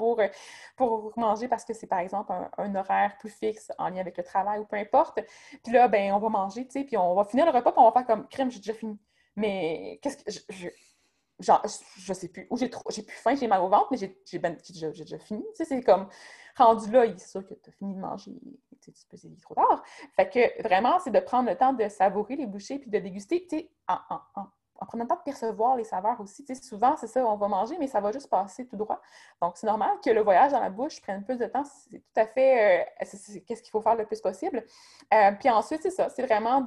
pour manger parce que c'est, par exemple, un horaire plus fixe en lien avec le travail ou peu importe. Puis là, ben on va manger, tu sais, puis on va finir le repas, puis on va faire comme crème, j'ai déjà fini. Mais qu'est-ce que genre, je sais plus. Ou j'ai plus faim, j'ai mal au ventre, mais j'ai déjà fini. Tu sais, c'est comme rendu là, c'est sûr que tu as fini de manger, tu sais, c'est trop tard. Fait que vraiment, c'est de prendre le temps de savourer les bouchées puis de déguster, tu sais, en prenant le temps de percevoir les saveurs aussi. Tu sais, souvent, c'est ça, on va manger, mais ça va juste passer tout droit. Donc, c'est normal que le voyage dans la bouche prenne plus de temps. C'est tout à fait qu'est-ce qu'il faut faire le plus possible. Puis ensuite, c'est ça, c'est vraiment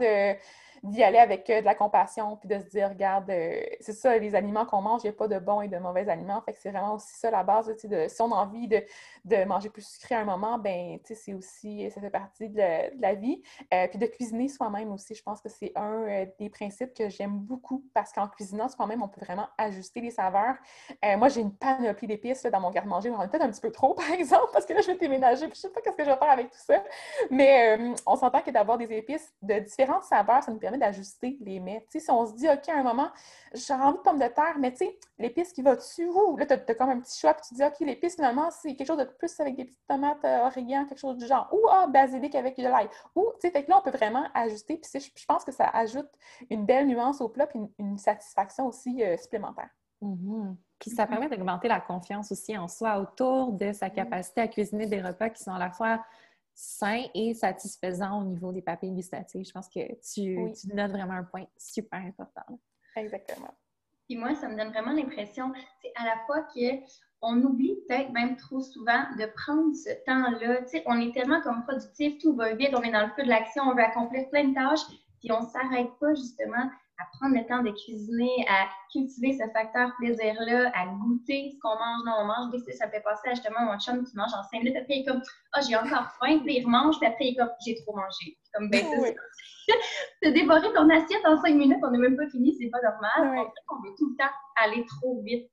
d'y aller avec de la compassion, puis de se dire, regarde, c'est ça, les aliments qu'on mange, il n'y a pas de bons et de mauvais aliments. Fait que c'est vraiment aussi ça la base, tu sais, si on a envie de manger plus sucré à un moment, ben, tu sais, c'est aussi, ça fait partie de la vie. Puis de cuisiner soi-même aussi, je pense que c'est un des principes que j'aime beaucoup parce qu'en cuisinant soi-même, on peut vraiment ajuster les saveurs. Moi, j'ai une panoplie d'épices là, dans mon garde-manger, peut-être un petit peu trop, par exemple, parce que là, je vais déménager, puis je ne sais pas ce que je vais faire avec tout ça. Mais on s'entend que d'avoir des épices de différentes saveurs, ça nous permet d'ajuster les mets. Tu sais, si on se dit, OK, à un moment, j'ai envie de pommes de terre, mais tu sais, l'épice qui va dessus, là, tu as comme un petit choix, puis tu dis, OK, l'épice, finalement, c'est quelque chose de plus avec des petites tomates, origan, quelque chose du genre, ou basilic avec de l'ail. Ou, tu sais, fait que là, on peut vraiment ajuster, puis je pense que ça ajoute une belle nuance au plat, puis une satisfaction aussi supplémentaire. Mm-hmm. Puis ça permet d'augmenter la confiance aussi en soi autour de sa capacité à cuisiner des repas qui sont à la fois sains et satisfaisants au niveau des papilles gustatives. Je pense que tu notes vraiment un point super important. Exactement. Puis moi, ça me donne vraiment l'impression, c'est à la fois qu'on oublie peut-être même trop souvent de prendre ce temps-là. Tu sais, on est tellement comme productif, tout va vite, on est dans le feu de l'action, on veut accomplir plein de tâches, puis on ne s'arrête pas justement à prendre le temps de cuisiner, à cultiver ce facteur plaisir-là, à goûter ce qu'on mange, non, on mange. Ça me fait penser à justement mon chum qui mange en 5 minutes, après il est comme « Ah, j'ai encore faim », puis il remange, puis après il est comme « J'ai trop mangé ». Comme, ben, c'est te dévorer ton assiette en 5 minutes, on n'a même pas fini, c'est pas normal. On dirait qu'on veut tout le temps aller trop vite.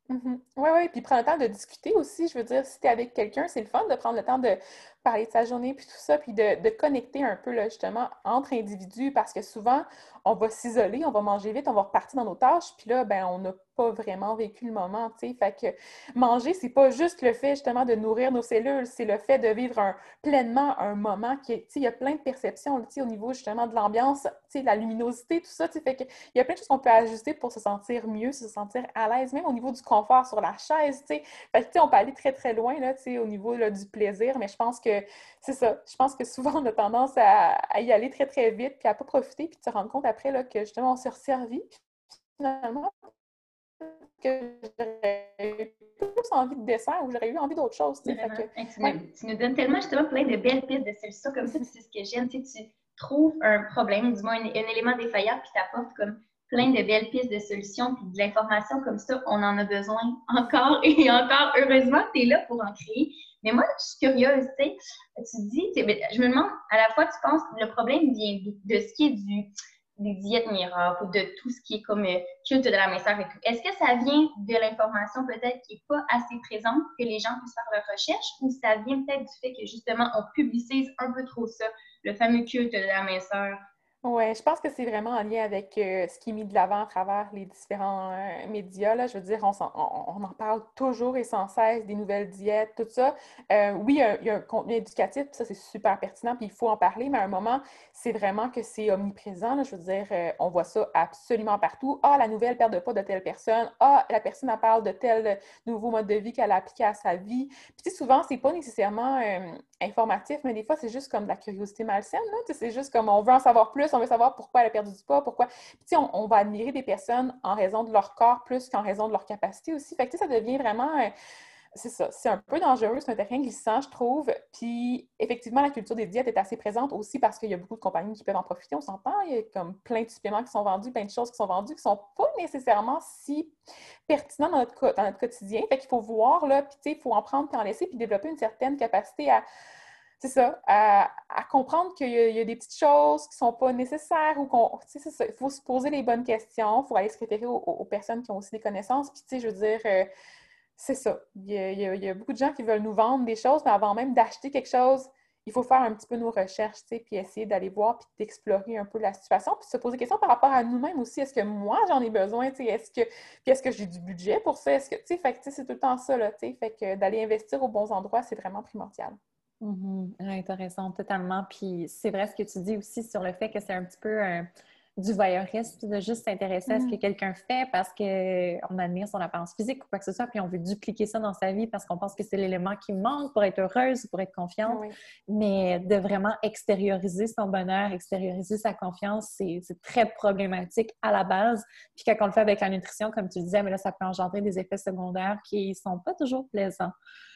Oui, puis prendre le temps de discuter aussi. Je veux dire, si tu es avec quelqu'un, c'est le fun de prendre le temps de parler de sa journée, puis tout ça, puis de connecter un peu, là, justement, entre individus, parce que souvent, on va s'isoler, on va manger vite, on va repartir dans nos tâches, puis là, ben, on n'a pas vraiment vécu le moment, tu sais. Fait que manger, c'est pas juste le fait, justement, de nourrir nos cellules, c'est le fait de vivre pleinement un moment qui est, tu sais, il y a plein de perceptions, tu sais, au niveau, justement, de l'ambiance, tu sais, la luminosité, tout ça, tu sais, fait que il y a plein de choses qu'on peut ajuster pour se sentir mieux, se sentir à l'aise, même au niveau du confort sur la chaise, tu sais. Fait que, tu sais, on peut aller très, très loin, là, tu sais, au niveau là, du plaisir, mais je pense que c'est ça. Je pense que souvent, on a tendance à y aller très, très vite, puis à pas profiter, puis de se rendre compte après là, que, justement, on s'est resservi, puis finalement, que j'aurais eu plus envie de dessert ou j'aurais eu envie d'autre chose, tu sais. Fait que, tu nous donnes tellement, justement, plein de belles pistes de solutions comme ça, puis c'est ce que j'aime, tu sais, tu trouves un problème, du moins un élément défaillant, puis tu apportes comme plein de belles pistes de solutions, puis de l'information comme ça, on en a besoin encore et encore. Heureusement, tu es là pour en créer. Mais moi, je suis curieuse, tu sais, tu dis, je me demande, à la fois, tu penses que le problème vient de ce qui est des diètes miracles ou de tout ce qui est comme culte de la minceur et tout. Est-ce que ça vient de l'information peut-être qui n'est pas assez présente pour que les gens puissent faire leur recherche ou ça vient peut-être du fait que justement on publicise un peu trop ça, le fameux culte de la minceur? Oui, je pense que c'est vraiment en lien avec ce qui est mis de l'avant à travers les différents médias. Là. Je veux dire, on en parle toujours et sans cesse, des nouvelles diètes, tout ça. Oui, il y a un contenu éducatif, puis ça, c'est super pertinent, puis il faut en parler, mais à un moment, c'est vraiment que c'est omniprésent. Là. Je veux dire, on voit ça absolument partout. Ah, la nouvelle perte de poids de telle personne. Ah, la personne, elle parle de tel nouveau mode de vie qu'elle a appliqué à sa vie. Puis, tu sais, souvent, c'est pas nécessairement informatif, mais des fois, c'est juste comme de la curiosité malsaine. Là. C'est juste comme on veut en savoir plus, on veut savoir pourquoi elle a perdu du poids, pourquoi. Puis, tu sais, on va admirer des personnes en raison de leur corps plus qu'en raison de leur capacité aussi. Fait que, tu sais, ça devient vraiment c'est ça, c'est un peu dangereux, c'est un terrain glissant, je trouve. Puis, effectivement, la culture des diètes est assez présente aussi parce qu'il y a beaucoup de compagnies qui peuvent en profiter, on s'entend. Il y a comme plein de suppléments qui sont vendus, plein de choses qui sont vendues qui sont pas nécessairement si pertinents dans notre quotidien. Fait qu'il faut voir, là, puis tu sais, il faut en prendre puis en laisser, puis développer une certaine capacité à c'est ça, à comprendre qu'il y a des petites choses qui ne sont pas nécessaires ou qu'on. Tu sais, c'est ça. Il faut se poser les bonnes questions, il faut aller se référer aux personnes qui ont aussi des connaissances. Puis, tu sais, je veux dire, c'est ça. Il y a beaucoup de gens qui veulent nous vendre des choses, mais avant même d'acheter quelque chose, il faut faire un petit peu nos recherches, tu sais, puis essayer d'aller voir, puis d'explorer un peu la situation, puis se poser des questions par rapport à nous-mêmes aussi. Est-ce que moi, j'en ai besoin, tu sais, est-ce que j'ai du budget pour ça? Est-ce que, tu sais, fait que, tu sais, c'est tout le temps ça, là, tu sais, fait que d'aller investir aux bons endroits, c'est vraiment primordial. Oui, tu as raison, totalement. Puis c'est vrai ce que tu dis aussi sur le fait que c'est un petit peu du voyeurisme, de juste s'intéresser à ce que quelqu'un fait parce qu'on admire son apparence physique ou quoi que ce soit, puis on veut dupliquer ça dans sa vie parce qu'on pense que c'est l'élément qui manque pour être heureuse, pour être confiante. Oui. Mais de vraiment extérioriser son bonheur, extérioriser sa confiance, c'est très problématique à la base. Puis quand on le fait avec la nutrition, comme tu disais, mais là, ça peut engendrer des effets secondaires qui sont pas toujours plaisants.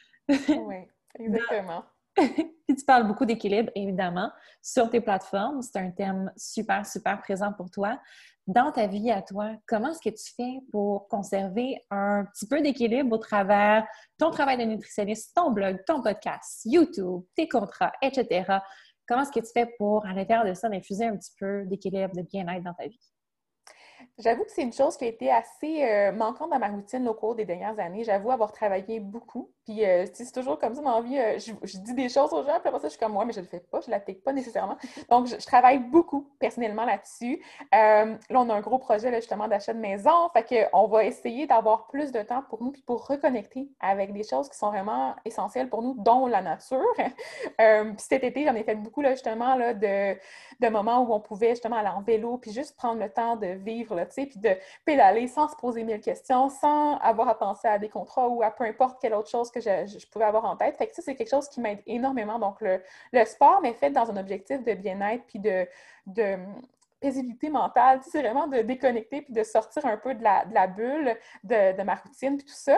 Oui, exactement. Puis tu parles beaucoup d'équilibre, évidemment, sur tes plateformes. C'est un thème super, super présent pour toi. Dans ta vie à toi, comment est-ce que tu fais pour conserver un petit peu d'équilibre au travers ton travail de nutritionniste, ton blog, ton podcast, YouTube, tes contrats, etc. Comment est-ce que tu fais pour, à l'intérieur de ça, d'infuser un petit peu d'équilibre, de bien-être dans ta vie? J'avoue que c'est une chose qui a été assez manquante dans ma routine au cours des dernières années. J'avoue avoir travaillé beaucoup. Puis, c'est toujours comme ça dans la vie. Je dis des choses aux gens, puis après ça, je suis comme, moi, mais je le fais pas, je l'applique pas nécessairement. Donc, je travaille beaucoup personnellement là-dessus. Là, on a un gros projet, là, justement, d'achat de maison. Fait qu'on va essayer d'avoir plus de temps pour nous, puis pour reconnecter avec des choses qui sont vraiment essentielles pour nous, dont la nature. Puis cet été, j'en ai fait beaucoup, là, justement, là, de moments où on pouvait justement aller en vélo, puis juste prendre le temps de vivre, là, tu sais, puis de pédaler sans se poser mille questions, sans avoir à penser à des contrats ou à peu importe quelle autre chose que je pouvais avoir en tête. Fait que ça, c'est quelque chose qui m'aide énormément. Donc, le sport, mais fait dans un objectif de bien-être, puis de paisibilité mentale, tu sais, c'est vraiment de déconnecter puis de sortir un peu de la bulle de ma routine puis tout ça.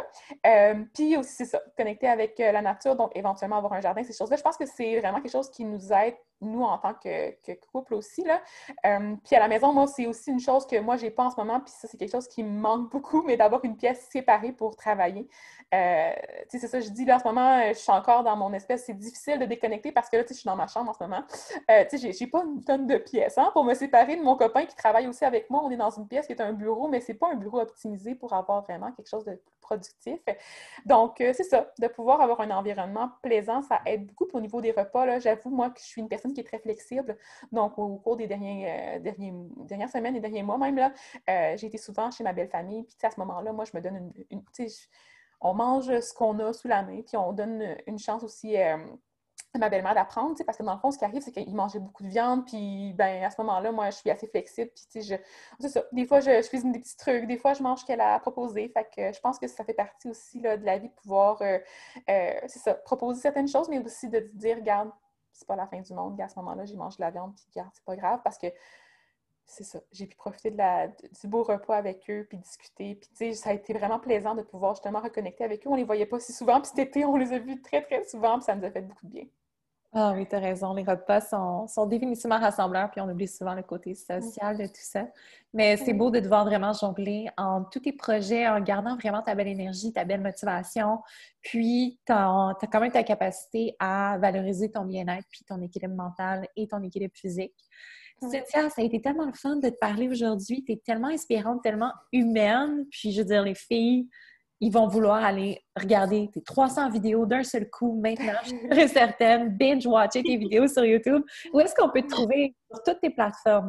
Puis aussi, c'est ça, connecter avec la nature, donc éventuellement avoir un jardin, ces choses-là. Je pense que c'est vraiment quelque chose qui nous aide, nous, en tant que couple aussi, là. Puis à la maison, moi, c'est aussi une chose que moi, j'ai pas en ce moment, puis ça, c'est quelque chose qui me manque beaucoup, mais d'avoir une pièce séparée pour travailler. Tu sais, c'est ça, je dis, là, en ce moment, je suis encore dans mon espèce, c'est difficile de déconnecter parce que là, tu sais, je suis dans ma chambre en ce moment. Tu sais, j'ai pas une tonne de pièces, hein, pour me séparer de mon copain qui travaille aussi avec moi. On est dans une pièce qui est un bureau, mais c'est pas un bureau optimisé pour avoir vraiment quelque chose de plus productif. Donc, c'est ça, de pouvoir avoir un environnement plaisant, ça aide beaucoup. Puis au niveau des repas, là, j'avoue, moi, que je suis une personne qui est très flexible. Donc, au cours des dernières semaines et derniers mois même, là, j'ai été souvent chez ma belle famille. Puis, à ce moment-là, moi, je me donne tu sais, on mange ce qu'on a sous la main, puis on donne une chance aussi à ma belle-mère d'apprendre, parce que dans le fond, ce qui arrive, c'est qu'il mangeait beaucoup de viande, puis ben à ce moment-là, moi, je suis assez flexible, puis tu sais, c'est ça. Des fois, je cuisine des petits trucs, des fois, je mange ce qu'elle a proposé, fait que je pense que ça fait partie aussi là, de la vie de pouvoir, c'est ça, proposer certaines choses, mais aussi de dire, regarde, c'est pas la fin du monde, à ce moment-là, j'ai mangé de la viande, puis regarde, c'est pas grave, parce que c'est ça, j'ai pu profiter du beau repas avec eux, puis discuter. Puis, tu sais, ça a été vraiment plaisant de pouvoir justement reconnecter avec eux. On les voyait pas si souvent, puis cet été, on les a vus très, très souvent, puis ça nous a fait beaucoup de bien. Ah oui, tu as raison. Les repas sont définitivement rassembleurs, puis on oublie souvent le côté social de tout ça. Mais c'est Oui. beau de devoir vraiment jongler en tous tes projets, en gardant vraiment ta belle énergie, ta belle motivation, puis tu as quand même ta capacité à valoriser ton bien-être, puis ton équilibre mental et ton équilibre physique. Oui. Cynthia, ça a été tellement le fun de te parler aujourd'hui. Tu es tellement inspirante, tellement humaine. Puis, je veux dire, les filles, ils vont vouloir aller regarder tes 300 vidéos d'un seul coup maintenant. Je suis sûre et certaine. Binge-watcher tes vidéos sur YouTube. Où est-ce qu'on peut te trouver sur toutes tes plateformes?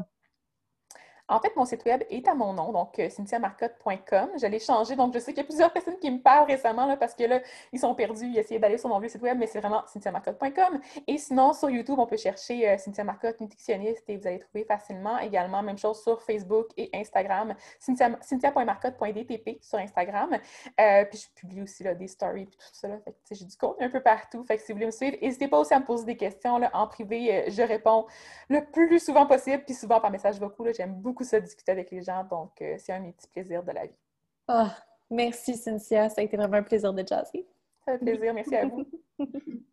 En fait, mon site web est à mon nom, donc cynthiamarcotte.com. Je l'ai changé, donc je sais qu'il y a plusieurs personnes qui me parlent récemment là, parce que là, ils sont perdus, ils essayaient d'aller sur mon vieux site web, mais c'est vraiment cynthiamarcotte.com. Et sinon, sur YouTube, on peut chercher Cynthia Marcotte, nutritionniste, et vous allez trouver facilement. Également, même chose sur Facebook et Instagram, cynthia.marcotte.dtp sur Instagram. Puis je publie aussi là, des stories puis tout ça. Là. Fait que, j'ai du contenu un peu partout. Fait que si vous voulez me suivre, n'hésitez pas aussi à me poser des questions là, en privé. Je réponds le plus souvent possible, puis souvent par message vocaux. J'aime beaucoup ça discuter avec les gens, donc c'est un de mes petits plaisirs de la vie. Oh, merci Cynthia, ça a été vraiment un plaisir de jaser. Ça fait plaisir. Merci à vous.